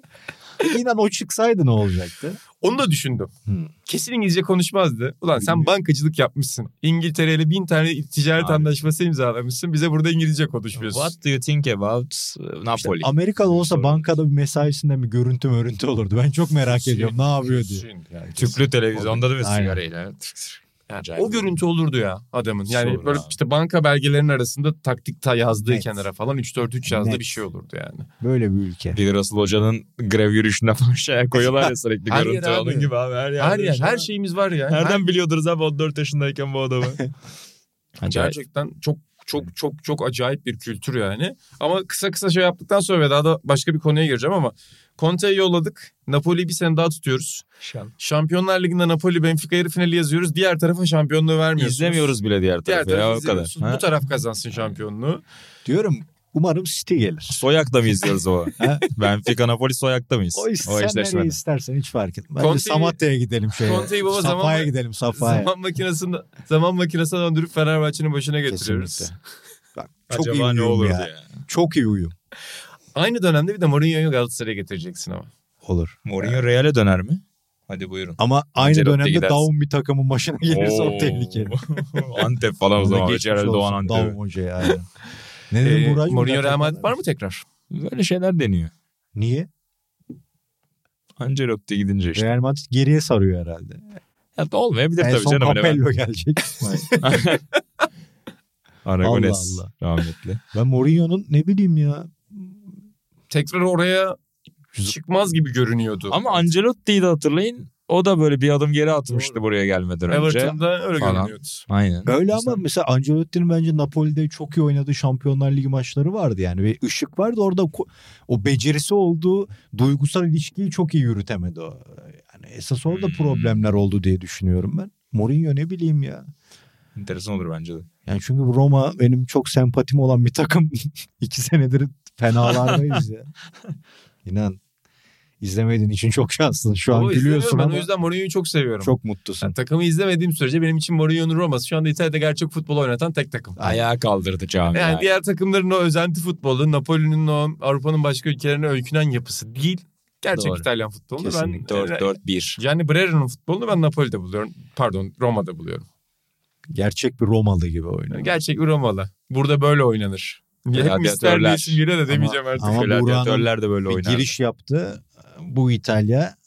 İnan o çıksaydı ne olacaktı? Onu da düşündüm. Kesin İngilizce konuşmazdı. Ulan sen bankacılık yapmışsın. İngiltere'yle 1000 tane ticaret anlaşması imzalamışsın. Bize burada İngilizce konuşmuyorsun. What do you think about Napoli? İşte Amerika'da olsa bankada bir mesaisinden bir görüntü olurdu. Ben çok merak ediyorum ne yapıyor diye. Yani Tüplü televizyonda da bir Aynen. sigarayla. yani o görüntü olurdu ya adamın. Yani Olur böyle abi. işte banka belgelerinin arasında taktik yazdığı Net. kenara falan 3-4-3 yazdığı Net. bir şey olurdu yani. Böyle bir ülke. Bir Russell Hoca'nın grev yürüyüşünde falan şey koyuyorlar ya sürekli Her görüntü. yer Onun abi. gibi abi her yerde. Her yer, şu an. her şeyimiz var ya. Nereden biliyordunuz abi 14 yaşındayken bu adamı? Acayip. Gerçekten çok acayip bir kültür yani. Ama kısa şey yaptıktan sonra ve daha da başka bir konuya gireceğim ama Conte'yi yolladık. Napoli'yi bir sene daha tutuyoruz. Şampiyonlar Ligi'nde Napoli Benfica yarı finali yazıyoruz. Diğer tarafa şampiyonluğu vermiyorsunuz. İzlemiyoruz bile diğer tarafı ya o kadar. izlemiyorsunuz. Bu taraf kazansın şampiyonluğu. Diyorum umarım City gelir. Soyak'ta mı izliyoruz o? Benfica Napoli Soyak'ta mıyız? Sen nereye istersen hiç fark etmez. Bence Conte'yi- Samatya'ya gidelim Conte'yi baba Safa'ya gidelim Safa'ya. Zaman makinesine döndürüp Fenerbahçe'nin başına getiriyoruz. Kesinlikle. Bak, çok Acaba iyi ne uyum olurdu ya. ya? Çok iyi uyum. Aynı dönemde bir de Mourinho'yu Galatasaray'a getireceksin ama. Olur. Mourinho Real'e döner mi? Hadi buyurun. Ama aynı Ancelotti dönemde gidersin. Daum bir takımın başına gelirse o Oo. tehlikeli. Antep falan o Ona zaman. geçmiş Herhalde Doğan olsun Antep. Daum Hoca'ya aynen. Ne dedim Buracığım? Mourinho Real Madrid var mı tekrar? Böyle şeyler deniyor. Niye? Ancelotti gidince işte. Real Madrid geriye sarıyor herhalde. Ya da olmayabilir En tabii son canım. Capello gelecek. Aragones Allah rahmetli. Ben Mourinho'nun ne bileyim ya. Tekrar oraya çıkmaz gibi görünüyordu. Ama Ancelotti'yi de hatırlayın. O da böyle bir adım geri atmıştı buraya gelmeden önce. Everton'da öyle falan. görünüyordu. Aynen. Öyle ama mesela Ancelotti'nin bence Napoli'de çok iyi oynadığı Şampiyonlar Ligi maçları vardı yani. Ve ışık vardı orada o becerisi olduğu duygusal ilişkiyi çok iyi yürütemedi o. Yani esas orada problemler oldu diye düşünüyorum ben. Mourinho ne bileyim ya. Enteresan olur bence de. Yani çünkü Roma benim çok sempatim olan bir takım. 2 senedir fenalardayız ya. İnan. İzlemediğin için çok şanslısın. Şu an Ama gülüyorsun izlemiyorum. Ben ama o yüzden Mourinho'yu çok seviyorum. çok mutlusun. Yani takımı izlemediğim sürece benim için Mourinho'nun Roma'sı şu anda İtalya'da gerçek futbol oynatan tek takım. Ayağa kaldırdı cami. Yani diğer takımların o özenti futbolu, Napoli'nin o Avrupa'nın başka ülkelerine öykünen yapısı değil. Gerçek Doğru. İtalyan futbolunu Kesinlikle. ben 4-4-1. Gianni Brera'nın futbolunu ben Napoli'de buluyorum. Pardon, Roma'da buluyorum. Gerçek bir Romalı gibi oynuyor. Gerçek bir Romalı. Burada böyle oynanır. Hep Mister bir isim giriyor da demeyeceğim artık. Ama Gladiatörler de böyle bir oynar. giriş yaptı. Bu İtalya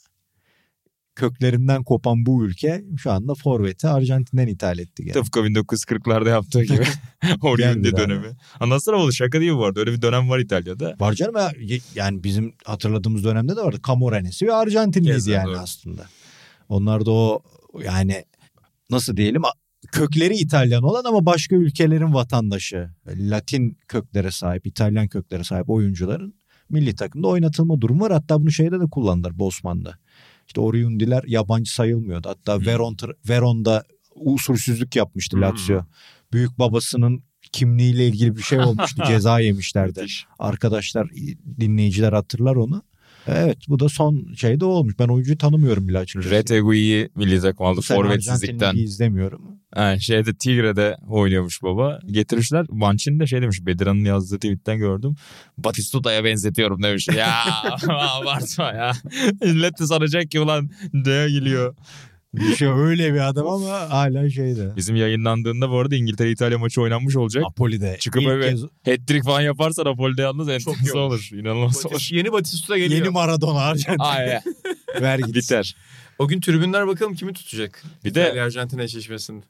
köklerinden kopan bu ülke şu anda forveti Arjantin'den ithal etti. Yani. Tıpkı 1940'larda yaptığı gibi. Oriundi dönemi. Anlatsana oğlum, şaka değil bu arada. Öyle bir dönem var İtalya'da. Var canım ya. Yani bizim hatırladığımız dönemde de vardı. Camoranesi ve Arjantinliydi Kesin, yani doğru. aslında. Onlar da o yani nasıl diyelim kökleri İtalyan olan ama başka ülkelerin vatandaşı. Latin köklere sahip, İtalyan köklere sahip oyuncuların milli takımda oynatılma durumu var. Hatta bunu şeyde de kullandılar Bosman'da. İşte Oriundiler yabancı sayılmıyordu. Hatta Veron'da usulsüzlük yapmıştı Lazio. Büyük babasının kimliğiyle ilgili bir şey olmuştu. Ceza yemişlerdi. Arkadaşlar, dinleyiciler hatırlar onu. Evet, bu da son şey de olmuş. Ben oyuncuyu tanımıyorum bile açıkçası. Retegui'yi milli takım aldı forvetsizlikten. Arjantin'i izlemiyorum. Yani şeyde Tigre'de oynuyormuş baba. Getirmişler. Mancini de şey demiş. Bedirhan'ın yazdığı tweetten gördüm. Batistuta'ya benzetiyorum demiş. Ya abartma ya. Millet de sanacak ki ulan diye geliyor. Bir şey öyle bir adam ama hala şeyde. Bizim yayınlandığında bu arada İngiltere-İtalya maçı oynanmış olacak. Napoli'de. Çıkıp eve hat-trick falan yaparsa Napoli'de yalnız enteresan olur. İnanılmaz olur. Yeni Batistuta geliyor. Yeni Maradona Arjantin. Ay, Ver gitsin. biter. O gün tribünler bakalım kimi tutacak. Bir de İtalya Arjantin eşleşmesinde.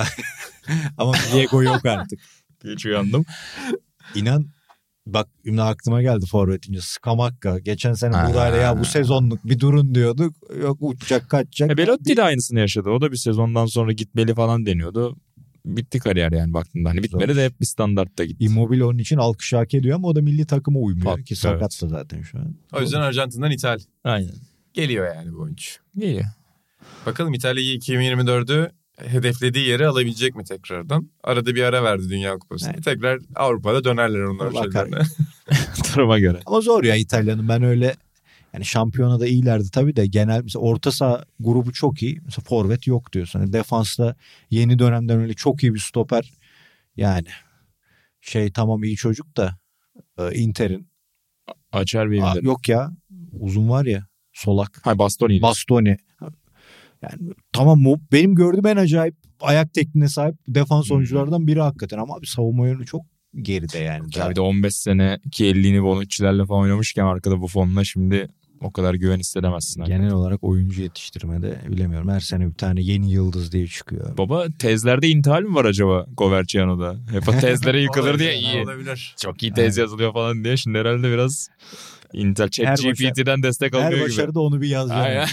Ama Diego yok artık. hiç uyandım. İnan bak şimdi aklıma geldi forvetince. Scamacca. Geçen sene Buray'la ya bu sezonluk bir durun diyorduk. Yok uçacak kaçacak. Belotti de aynısını yaşadı. O da bir sezondan sonra gitmeli falan deniyordu. Bitti kariyer yani baktığında. Hani bitmedi de hep bir standartta gitti. Immobile onun için alkış hak ediyor ama o da milli takıma uymuyor. Ki sakat da zaten şu an. O yüzden Arjantin'den ithal. Aynen. Geliyor yani bu oyuncu. İyi. Bakalım İtalya'yı 2024'ü hedeflediği yere alabilecek mi tekrardan? Arada bir ara verdi Dünya Kupası'nda. Evet. Tekrar Avrupa'da dönerler onlar Bakar. şeylerine. Duruma göre. Ama zor ya İtalya'nın, ben öyle yani şampiyonada iyilerdi tabii de genel mesela orta saha grubu çok iyi. Mesela forvet yok diyorsun. Yani defansta yeni dönemden öyle çok iyi bir stoper yani tamam iyi çocuk da Inter'in Açar bir evinde. yok ya uzun var ya solak. Hay Bastoni. Bastoni. Yani tamam benim gördüğüm en acayip ayak tekniğine sahip defans oyunculardan biri hakikaten ama bir savunma yönü çok geride yani. Ya bir de 15 sene ki 50'ini Bonucci'lerle falan oynamışken arkada bu fonla şimdi o kadar güven hissedemezsin. Genel olarak oyuncu yetiştirmede bilemiyorum. Her sene bir tane yeni yıldız diye çıkıyor. Baba tezlerde intihal mi var acaba Coverciano'da? Hep o tezlere yıkılır diye iyi. Olabilir. Çok iyi tez yazılıyor falan diye. Şimdi herhalde biraz Intel Her ChatGPT'den destek alıyor Her gibi. başarıda onu bir yaz. Aynen.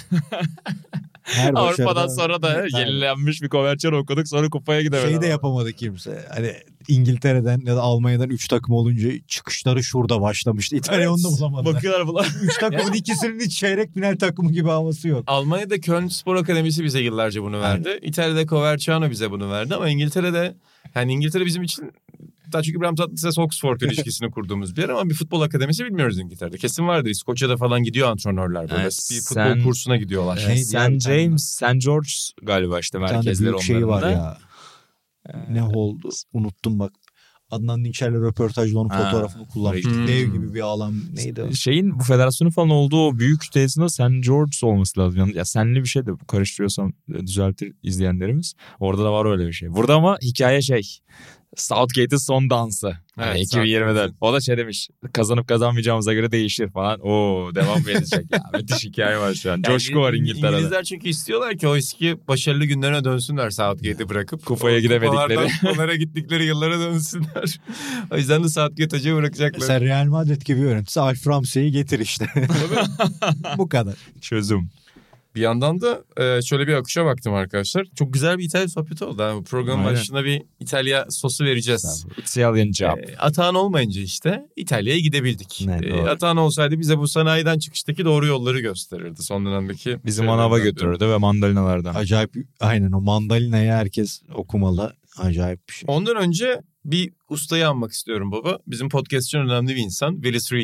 Her Avrupa'dan sonra da Evet, yenilenmiş bir Coverciano okuduk, sonra kupaya gidemedik. Şey de yapamadı kimse. Hani İngiltere'den ya da Almanya'dan 3 takım olunca çıkışları şurada başlamıştı. İtalya onu da bulamadı. Bakıyorlar bunlar. 3 takımın ikisinin hiç çeyrek final takımı gibi havası yok. Almanya'da Köln Spor Akademisi bize yıllarca bunu verdi. İtalya'da Coverciano bize bunu verdi ama İngiltere'de yani İngiltere bizim için daha çünkü İbrahim Tatlıses Oxford ilişkisini kurduğumuz bir yer ama bir futbol akademisi bilmiyoruz İngiltere'de. Kesin vardır. İskoçya'da falan gidiyor antrenörler böyle. Evet, bir futbol kursuna gidiyorlar. St. James, St. George galiba işte Bir tane de merkezleri büyük şeyi onların var da. ya. Ne oldu? Unuttum bak. Adnan Dinçer'le röportajda onun fotoğrafını kullanmıştık. Hmm. Dev gibi bir alan neydi o? Şeyin bu federasyonun falan olduğu o büyük tesisinde St. George olması lazım. Ya senli bir şey de karıştırıyorsam düzeltir izleyenlerimiz. Orada da var öyle bir şey. Burada ama hikaye Southgate'in son dansı. Evet, 2020'den. O da şey demiş. Kazanıp kazanmayacağımıza göre değişir falan. Oo devam edecek ya. Müthiş hikaye var şu an. Coşku var İngiltere'de. İngilizler çünkü istiyorlar ki o eski başarılı günlerine dönsünler Southgate'i bırakıp. Kupaya gidemedikleri. Kupalara gittikleri yıllara dönsünler. O yüzden de Southgate hocayı bırakacaklar. Sen Real Madrid gibi yöneticisi Alf Ramsey'i getir işte. Bu kadar. Çözüm. Bir yandan da şöyle bir akışa baktım arkadaşlar. Çok güzel bir İtalya sohbeti oldu. Yani bu programın Aynen. başına bir İtalya sosu vereceğiz. Italian job. Atahan olmayınca işte İtalya'ya gidebildik. Evet, doğru. Atahan olsaydı bize bu sanayiden çıkıştaki doğru yolları gösterirdi. Son dönemdeki. Bizim manava götürürdü ve mandalinalardan. Acayip aynen o mandalinayı herkes okumalı. Acayip bir şey. Ondan önce bir ustayı anmak istiyorum baba. Bizim podcast için önemli bir insan. Willis Reed.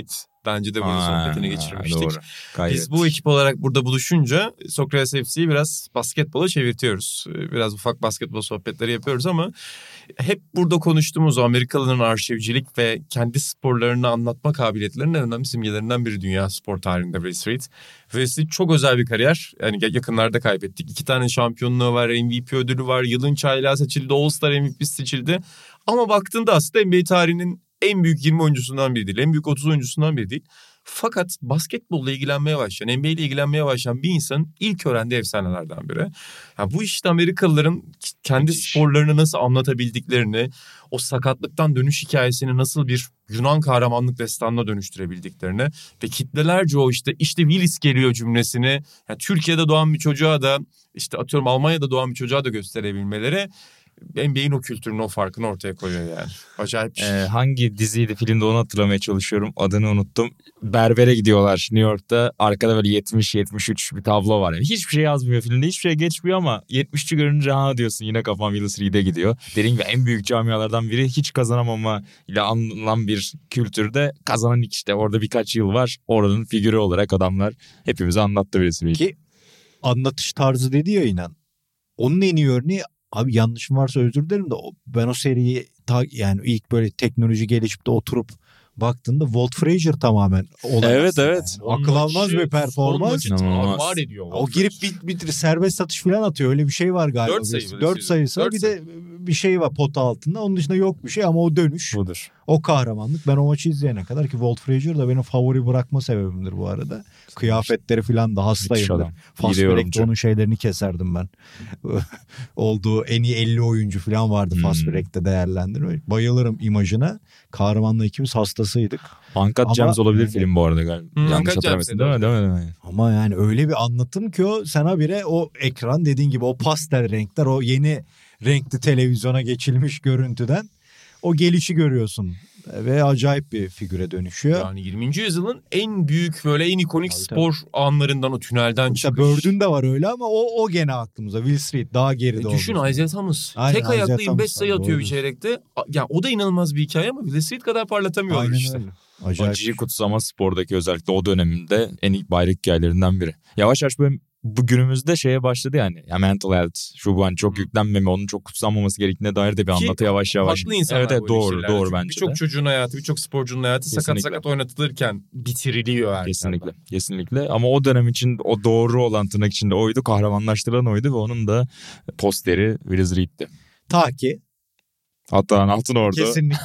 Daha önce de bunu sohbetine geçirmiştik. Doğru. Biz bu ekip olarak burada buluşunca Sokrates FC'yi biraz basketbola çevirtiyoruz. Biraz ufak basketbol sohbetleri yapıyoruz ama hep burada konuştuğumuz o Amerikalıların arşivcilik ve kendi sporlarını anlatma kabiliyetlerinin en önemli simgelerinden biri dünya spor tarihinde Will Street. Will Street çok özel bir kariyer. Yani yakınlarda kaybettik. 2 tane şampiyonluğu var, MVP ödülü var, yılın çaylağı seçildi, All-Star MVP seçildi. Ama baktığında aslında NBA tarihinin en büyük 20 oyuncusundan biri değil, en büyük 30 oyuncusundan biri değil. Fakat basketbolla ilgilenmeye başlayan, NBA ile ilgilenmeye başlayan bir insanın ilk öğrendiği efsanelerden biri. Yani bu işte Amerikalıların kendi sporlarını nasıl anlatabildiklerini, o sakatlıktan dönüş hikayesini nasıl bir Yunan kahramanlık destanına dönüştürebildiklerini ve kitlelerce o işte Willis geliyor cümlesini yani Türkiye'de doğan bir çocuğa da işte atıyorum Almanya'da doğan bir çocuğa da gösterebilmeleri NBA'in o kültürünün o farkını ortaya koyuyor yani. Acayip bir şey. Hangi diziydi filmde onu hatırlamaya çalışıyorum. Adını unuttum. Berbere gidiyorlar New York'ta. Arkada böyle 70-73 bir tablo var. Yani hiçbir şey yazmıyor filmde. Hiçbir şey geçmiyor ama 73'ü görünce ha diyorsun yine kafam Willis Reed'e gidiyor. Dediğim gibi en büyük camialardan biri hiç kazanamama ile anılan bir kültürde kazanan işte orada birkaç yıl var. Oranın figürü olarak adamlar hepimize anlattı Willis Reed. Ki anlatış tarzı dedi ya inan. Onun en iyi örneği abi yanlışım varsa özür dilerim de ben o seriyi yani ilk böyle teknoloji gelişip de oturup baktığında Walt Frazier tamamen olay. Evet. Yani. Akıl almaz bir performans. Var ediyor. O girip bir serbest satış falan atıyor. Öyle bir şey var galiba. 4 sayısı var. Bir de bir şey var pota altında. Onun dışında yok bir şey ama o dönüş. Budur. O kahramanlık. Ben o maçı izleyene kadar ki Walt Frazier da benim favori bırakma sebebimdir bu arada. Kıyafetleri falan da hastayımdır. Fast Break'te onun şeylerini keserdim ben. Olduğu en iyi 50 oyuncu falan vardı Fast Break'te değerlendirme. Bayılırım imajına. Kahramanla ikimiz hastasıydık. Uncut Gems olabilir yani, film bu arada galiba. Yanlış hatırlamıyorsun değil mi? Ama yani öyle bir anlatım ki o sana bire o ekran dediğin gibi o pastel renkler o yeni renkli televizyona geçilmiş görüntüden o gelişi görüyorsun. Ve acayip bir figüre dönüşüyor. Yani 20. yüzyılın en büyük böyle en ikonik spor anlarından o tünelden çıkış. Bird'ün de var öyle ama o gene aklımıza. Will Street daha geride oldu. Düşün Isaiah Thomas. Tek ayaklı 25 sayı atıyor bir çeyrekte. Ya o da inanılmaz bir hikaye ama Will Street kadar parlatamıyor aynen işte. Öyle. Acayip. Acıyı kutsama spordaki özellikle o döneminde en ilk bayrak hikayelerinden biri. Yavaş yavaş böyle bu günümüzde şeye başladı yani. Ya mental health, şu bu hani çok yüklenmeme, onun çok kutsanmaması gerektiğine dair de bir anlatı yavaş yavaş. Haklı insanlar evet doğru bence birçok çocuğun hayatı, birçok sporcunun hayatı sakat oynatılırken bitiriliyor her Kesinlikle. Ama o dönem için o doğru olan tırnak içinde oydu. Kahramanlaştıran oydu ve onun da posteri Willis Reed'ti. Ta ki Hatta Altınordu. Kesinlikle.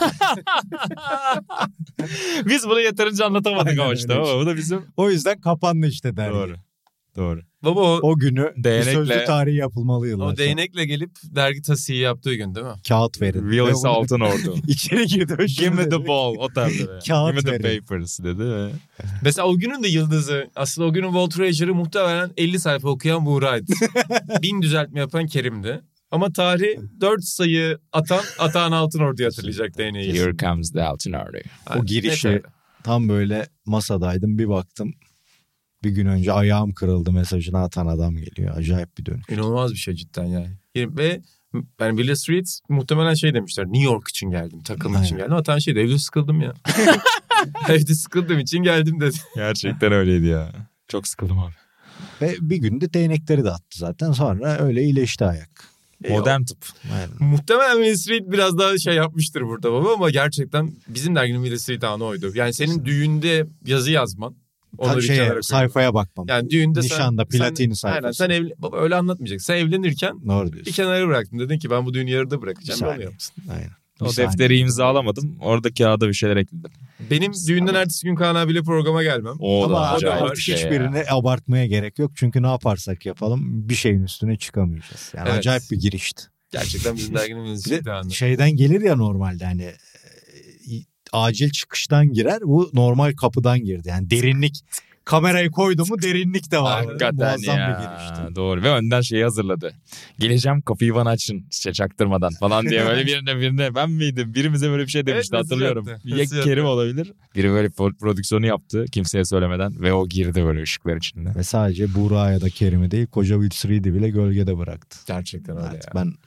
Biz bunu yeterince anlatamadık ama işte. Bu da bizim. O yüzden kapandı işte dergi. Doğru. Baba o günü değnekle, sözlü tarihi yapılmalı yıllar. O değnekle gelip dergi tasiyi yaptığı gün değil mi? Kağıt verin. Willis Altınordu. İçeri girdi. Give me the ball. O tarzı. Kağıt Give me the verin. papers dedi. Mesela o günün de yıldızı aslında o günün Walt Frazier'ı muhtemelen 50 sayfa okuyan Buğra'ydı. 1000 düzeltme yapan Kerim'di. Ama tarih 4 sayı atan Altınordu'yu hatırlayacak DNA'yı. Here comes the Altınordu. O girişi tam böyle masadaydım bir baktım. Bir gün önce ayağım kırıldı mesajını atan adam geliyor. Acayip bir dönüş. İnanılmaz bir şey cidden yani. Ve yani Willis Reed muhtemelen şey demişler. New York için geldim. Takım için geldim. Atan şey de evde sıkıldım ya. Evde sıkıldığım için geldim dedi. Gerçekten öyleydi ya. Çok sıkıldım abi. Ve bir günde değnekleri de attı zaten. Sonra öyle iyileşti ayak. Modern tıp. Muhtemelen Willis Reed biraz daha şey yapmıştır burada baba ama gerçekten bizim derginin Willis Reed anı oydu. Yani senin düğünde yazı yazman. Onu sayfaya bakmam. Yani düğünde nişanda platini sayfası. Aynen sen baba öyle anlatmayacaksın. Sen evlenirken bir kenara bıraktın. Dedin ki ben bu düğünü yarıda bırakacağım. Onu yapsın. Aynen. O defteri imzalamadım. Orada kağıda bir şeyler ekledim. Benim düğünden ertesi gün Kaan abiyle programa gelmem. Ama artık hiçbirini abartmaya gerek yok. Çünkü ne yaparsak yapalım bir şeyin üstüne çıkamayacağız. Yani acayip bir girişti. Gerçekten bizim derginin şeyden gelir ya normalde hani acil çıkıştan girer. Bu normal kapıdan girdi. Yani derinlik kamerayı koydu mu derinlik de var. Hakikaten muazzam ya. Bir girişti. Doğru ve önden şeyi hazırladı. Geleceğim kapıyı bana açın işte çaktırmadan falan diye böyle birine ben miydim? Birimize böyle bir şey demişti hatırlıyorum. Ya Kerim olabilir. Biri böyle prodüksiyonu yaptı kimseye söylemeden ve o girdi böyle ışıklar içinde. Ve sadece Buğra'ya da Kerim'i değil koca Will Street'i bile gölgede bıraktı. Gerçekten öyle evet, ya. Ben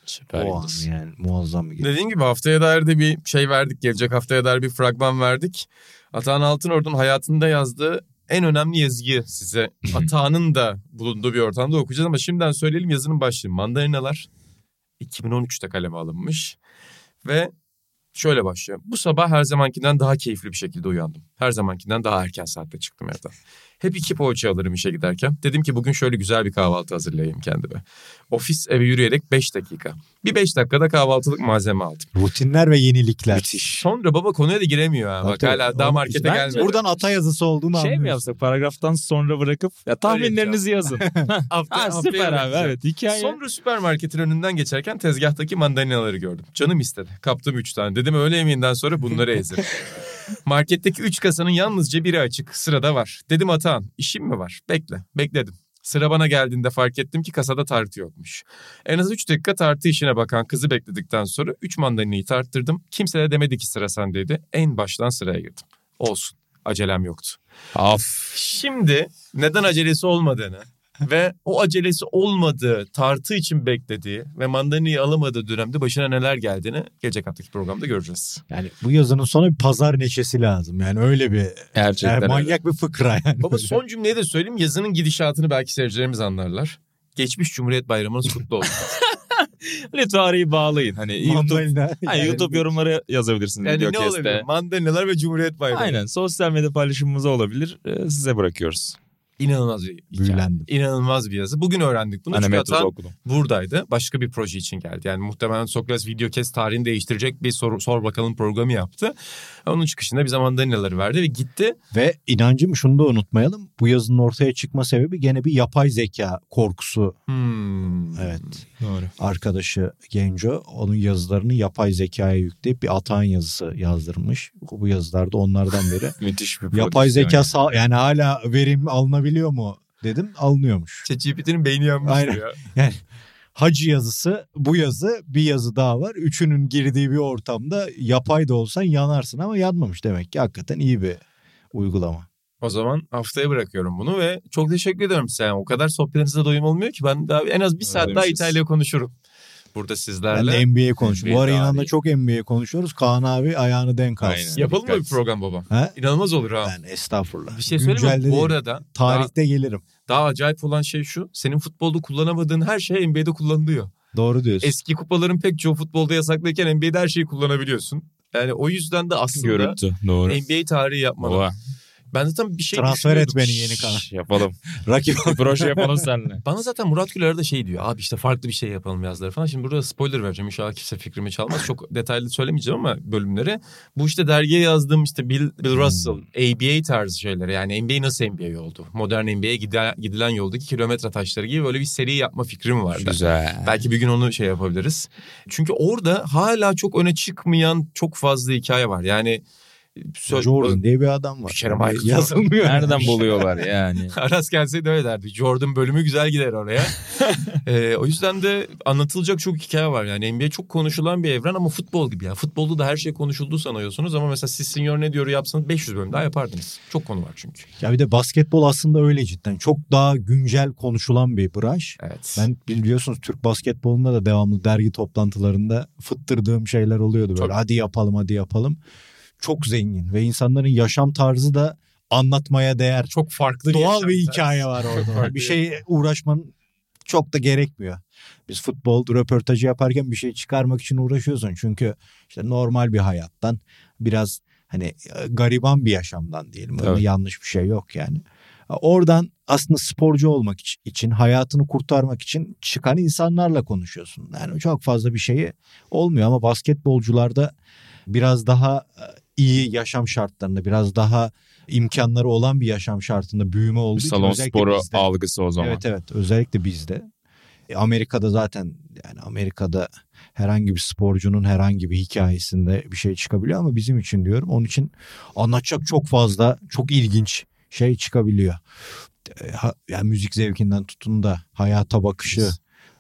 Süper O an yıldız. yani muazzam bir gece. Dediğim gibi haftaya dair de bir şey verdik. Gelecek haftaya dair bir fragman verdik. Atahan Altınordu'nun hayatında yazdığı en önemli yazıyı size Atahan'ın da bulunduğu bir ortamda okuyacağız. Ama şimdiden söyleyelim, yazının başlığı Mandalinalar 2013'te kaleme alınmış. Ve şöyle başlıyor. Bu sabah her zamankinden daha keyifli bir şekilde uyandım. Her zamankinden daha erken saatte çıktım evden. Hep 2 poğaça alırım işe giderken. Dedim ki bugün şöyle güzel bir kahvaltı hazırlayayım kendime. Ofis eve yürüyerek 5 dakika. Bir 5 dakikada kahvaltılık malzeme aldım. Rutinler ve yenilikler. Müthiş. Sonra baba konuya da giremiyor ha. Bak Tabii, hala daha onu- markete bence gelmedi. Buradan ata yazısı olduğunu Şey mi anlıyorsun. yapsak, paragraftan sonra bırakıp ya tahminlerinizi yazın. Ha, süper abi, evet, hikaye. Sonra süpermarketin önünden geçerken tezgahtaki mandalinaları gördüm. Canım istedi. Kaptım 3 tane. Dedim öğle yemeğinden sonra bunları ezerim. Marketteki 3 kasanın yalnızca biri açık. Sırada var. Dedim Atahan, işim mi var? Bekle. Bekledim. Sıra bana geldiğinde fark ettim ki kasada tartı yokmuş. En az 3 dakika tartı işine bakan kızı bekledikten sonra 3 mandalinayı tarttırdım. Kimse de demedi ki sıra sendeydi. En baştan sıraya girdim. Olsun. Acelem yoktu. Af. Şimdi neden acelesi olmadığını ve o acelesi olmadığı, tartı için beklediği ve mandalinayı alamadığı dönemde başına neler geldiğini gelecek haftaki programda göreceğiz. Yani bu yazının sonu bir pazar neşesi lazım. Yani öyle bir Gerçekten öyle. manyak bir fıkra yani. Baba son cümleyi de söyleyeyim. Yazının gidişatını belki seyircilerimiz anlarlar. Geçmiş Cumhuriyet Bayramınız kutlu olsun. Hani tarihi bağlayın. Hani YouTube, Mandalina. hani YouTube yorumları yazabilirsiniz. Yani ne Videocast'te. olabilir? Mandalinalar ve Cumhuriyet Bayramı. Aynen, sosyal medya paylaşımımız olabilir. Size bırakıyoruz. İnanılmaz bir hikaye. Büyülendim. İnanılmaz bir yazı. Bugün öğrendik bunu. Çünkü Metroda Atahan okudum. buradaydı. Başka bir proje için geldi. Yani muhtemelen Sokrates Videocast tarihini değiştirecek bir sor bakalım programı yaptı. Onun çıkışında bize mandalinaları verdi ve gitti. Ve inancım şunu da unutmayalım. Bu yazının ortaya çıkma sebebi gene bir yapay zeka korkusu. Evet. Doğru. Arkadaşı Genco onun yazılarını yapay zekaya yükleyip bir Atahan yazısı yazdırmış. Bu yazılarda onlardan biri. Müthiş bir Yapay prodüksiyon zeka yani hala verim alınabiliyor mu dedim. Alınıyormuş. ChatGPT'nin beyni yanmıştır Aynen. ya. Yani hacı yazısı, bu yazı, bir yazı daha var. Üçünün girdiği bir ortamda yapay da olsan yanarsın ama yanmamış demek ki. Hakikaten iyi bir uygulama. O zaman haftaya bırakıyorum bunu ve çok teşekkür ediyorum size. Yani o kadar sohbetinize doyum olmuyor ki ben daha en az bir saat daha Özlemişiz. İtalya konuşurum. Burada Ben sizlerle. de NBA konuşuyorum. Bu ara NBA İnan'da tarihi. çok NBA konuşuyoruz. Kaan abi ayağını denk alsın. Aynen. Yapalım mı Dikkat. bir program baba? Ha? İnanılmaz olur ha. Ben estağfurullah. Bir şey söyleyeyim mi? Güncelde Bu değil. arada Tarihte gelirim. daha acayip olan şey şu. Senin futbolda kullanamadığın her şey NBA'de kullanılıyor. Doğru diyorsun. Eski kupaların pek çoğu futbolda yasaklıyken NBA'de her şeyi kullanabiliyorsun. Yani o yüzden de aslında Görüntü. Doğru. NBA tarihi yapmalı. Oha. Ben zaten bir şey Transfer et düşünüyordum. beni yeni Kaan. Yapalım. Rakip Bir proje yapalım seninle. Bana zaten Murat Gül arada şey diyor. Abi işte farklı bir şey yapalım yazları falan. Şimdi burada spoiler vereceğim. İnşallah kimse fikrimi çalmaz. Çok detaylı söylemeyeceğim ama bölümleri. Bu işte dergiye yazdığım işte Bill Russell, ABA tarzı şeyleri. Yani NBA nasıl NBA oldu? Modern NBA'ye gidilen yoldaki kilometre taşları gibi böyle bir seri yapma fikrim vardı. Güzel. Belki bir gün onu şey yapabiliriz. Çünkü orada hala çok öne çıkmayan çok fazla hikaye var. Yani Jordan diye bir adam var. Bir kere Michael yazılmıyor. Nereden buluyorlar yani? Aras gelseydi öyle derdi. Jordan bölümü güzel gider oraya. O yüzden de anlatılacak çok hikaye var. Yani NBA çok konuşulan bir evren ama futbol gibi ya. Futbolda da her şey konuşulduğu sanıyorsunuz ama mesela siz Senior ne diyor'u yapsanız 500 bölüm daha yapardınız. Çok konu var çünkü. Ya bir de basketbol aslında öyle cidden. Çok daha güncel konuşulan bir branş. Evet. Ben biliyorsunuz Türk basketbolunda da devamlı dergi toplantılarında fıttırdığım şeyler oluyordu böyle. Çok. Hadi yapalım. Çok zengin ve insanların yaşam tarzı da anlatmaya değer. çok farklı Doğal bir yaşam hikaye tarzı. var Çok orada. farklı. Bir şey uğraşmanın çok da gerekmiyor. Biz futbol röportajı yaparken bir şey çıkarmak için uğraşıyorsun. Çünkü işte normal bir hayattan biraz hani gariban bir yaşamdan diyelim. Öyle Evet. yanlış bir şey yok yani. Oradan aslında sporcu olmak için, hayatını kurtarmak için çıkan insanlarla konuşuyorsun. Yani çok fazla bir şeyi olmuyor ama basketbolcularda biraz daha iyi yaşam şartlarında, biraz daha imkanları olan bir yaşam şartında büyüme olduğu için Salon özellikle sporu bizde. algısı o zaman. Evet özellikle bizde. Amerika'da zaten yani Amerika'da herhangi bir sporcunun herhangi bir hikayesinde bir şey çıkabiliyor ama bizim için diyorum onun için anlatacak çok fazla çok ilginç şey çıkabiliyor. Yani müzik zevkinden tutun da hayata bakışı,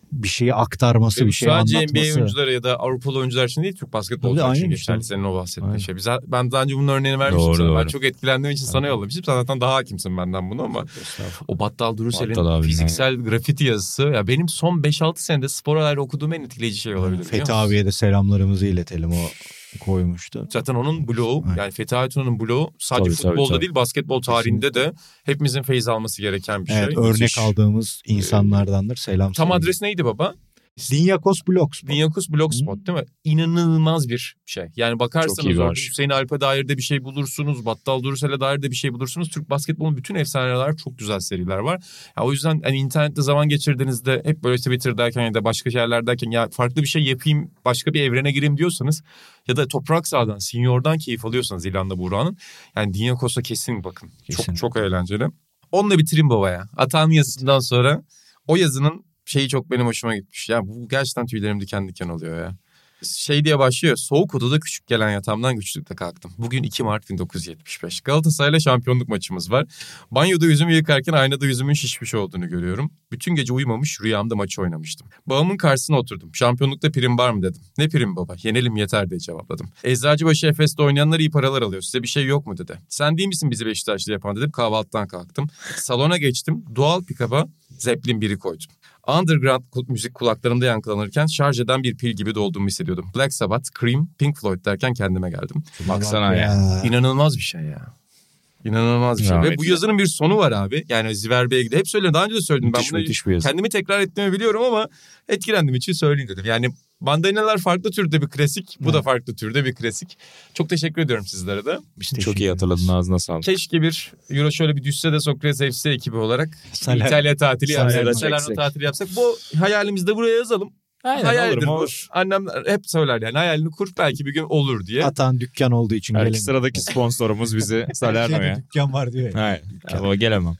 bir şeyi aktarması, bir şeyi sadece anlatması. NBA oyuncuları ya da Avrupalı oyuncular için değil, Türk basketbolcular Tabii, için aynı geçerli. işte. Senin o bahsettiğin Aynen. şey. Ben daha önce bunun örneğini vermiştim Doğru, sana. Ben doğru. çok etkilendiğim için sana yollamıştım. Sen zaten daha hakimsin benden bunu ama o Battal Battal Durusel'in abinin, fiziksel grafiti yazısı ya benim son 5-6 senede spor olayları okuduğum en etkileyici şey olabilir. biliyor Fethi musun? abiye de selamlarımızı iletelim, o koymuştu. Zaten onun bloğu, Aynen. yani Fethi Aytun'un bloğu sadece Tabii, futbolda tabii. değil, basketbol tarihinde de hepimizin feyiz alması gereken bir Evet, şey. örnek Müthiş. aldığımız insanlardandır. Selam. Tam söyleyeyim. adres neydi baba? Dinyakos Blogspot. Dinyakos Blogspot değil mi? İnanılmaz bir şey. Yani Çok bakarsanız iyi bir orada arşiv. Hüseyin Alp'e dair de bir şey bulursunuz. Battal Durusel'e dair de bir şey bulursunuz. Türk basketbolunun bütün efsaneler, çok güzel seriler var. Ya o yüzden hani internette zaman geçirdiğinizde hep böyle Twitter derken ya da başka yerler derken ya farklı bir şey yapayım, başka bir evrene gireyim diyorsanız ya da Toprak Sahadan, Senior'dan keyif alıyorsanız İlhan'la Buğra'nın, yani Dinyakos'a kesin bakın. Kesin. Çok çok eğlenceli. Onunla bitireyim baba ya. Atağın yazısından sonra o yazının şeyi çok benim hoşuma gitmiş. Ya bu gerçekten tüylerim diken diken oluyor ya. Şey diye başlıyor. Soğuk odada küçük gelen yatağımdan güçlükle kalktım. Bugün 2 Mart 1975. Galatasaray'la şampiyonluk maçımız var. Banyoda yüzümü yıkarken aynada yüzümün şişmiş olduğunu görüyorum. Bütün gece uyumamış, rüyamda maçı oynamıştım. Babamın karşısına oturdum. Şampiyonlukta prim var mı dedim. Ne prim baba? Yenelim yeter diye cevapladım. Eczacıbaşı Efes'te oynayanlar iyi paralar alıyor. Size bir şey yok mu dedi. Sen değil misin bizi Beşiktaşlı yapan dedim. Kahvaltıdan kalktım. Salona geçtim. Doğal pikaba Zeppelin 1'i koydum. Underground müzik kulaklarımda yankılanırken şarj eden bir pil gibi dolduğumu hissediyordum. Black Sabbath, Cream, Pink Floyd derken kendime geldim. Baksana ya. İnanılmaz bir şey ya. İnanılmaz bir şey. Ya, Ve evet. bu yazının bir sonu var abi. Yani Ziver Bey'e hep söyledim. Daha önce de söyledim. Müthiş, Ben bunu müthiş bir yazı. kendimi tekrar ettiğimi biliyorum ama etkilendiğim için söyleyeyim dedim. Yani mandalinalar farklı türde bir klasik. Bu da farklı türde bir klasik. Çok teşekkür ediyorum sizlere de. Çok iyi hatırladın, ağzına sağlık. Keşke bir Euro şöyle bir düşse de Sokrates FC ekibi olarak Saler- İtalya tatili yapsak. Salerno Salerno çeksek. tatili yapsak. Bu hayalimizi de buraya yazalım. Aynen, Hayaldir olur mu bu. olur. Annem hep söyler yani hayalini kur, belki bir gün olur diye. Atan dükkan olduğu için Belki gelemiyor. sıradaki sponsorumuz bizi Salerno'ya. Dükkan var diyor ya. Hayır. Ama gelemem.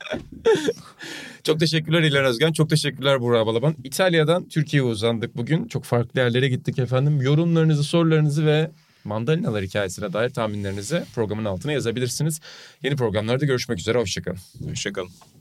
Çok teşekkürler İlhan Özgen. Çok teşekkürler Burak Balaban. İtalya'dan Türkiye'ye uzandık bugün. Çok farklı yerlere gittik efendim. Yorumlarınızı, sorularınızı ve mandalinalar hikayesine dair tahminlerinizi programın altına yazabilirsiniz. Yeni programlarda görüşmek üzere. Hoşçakalın. Hoşçakalın.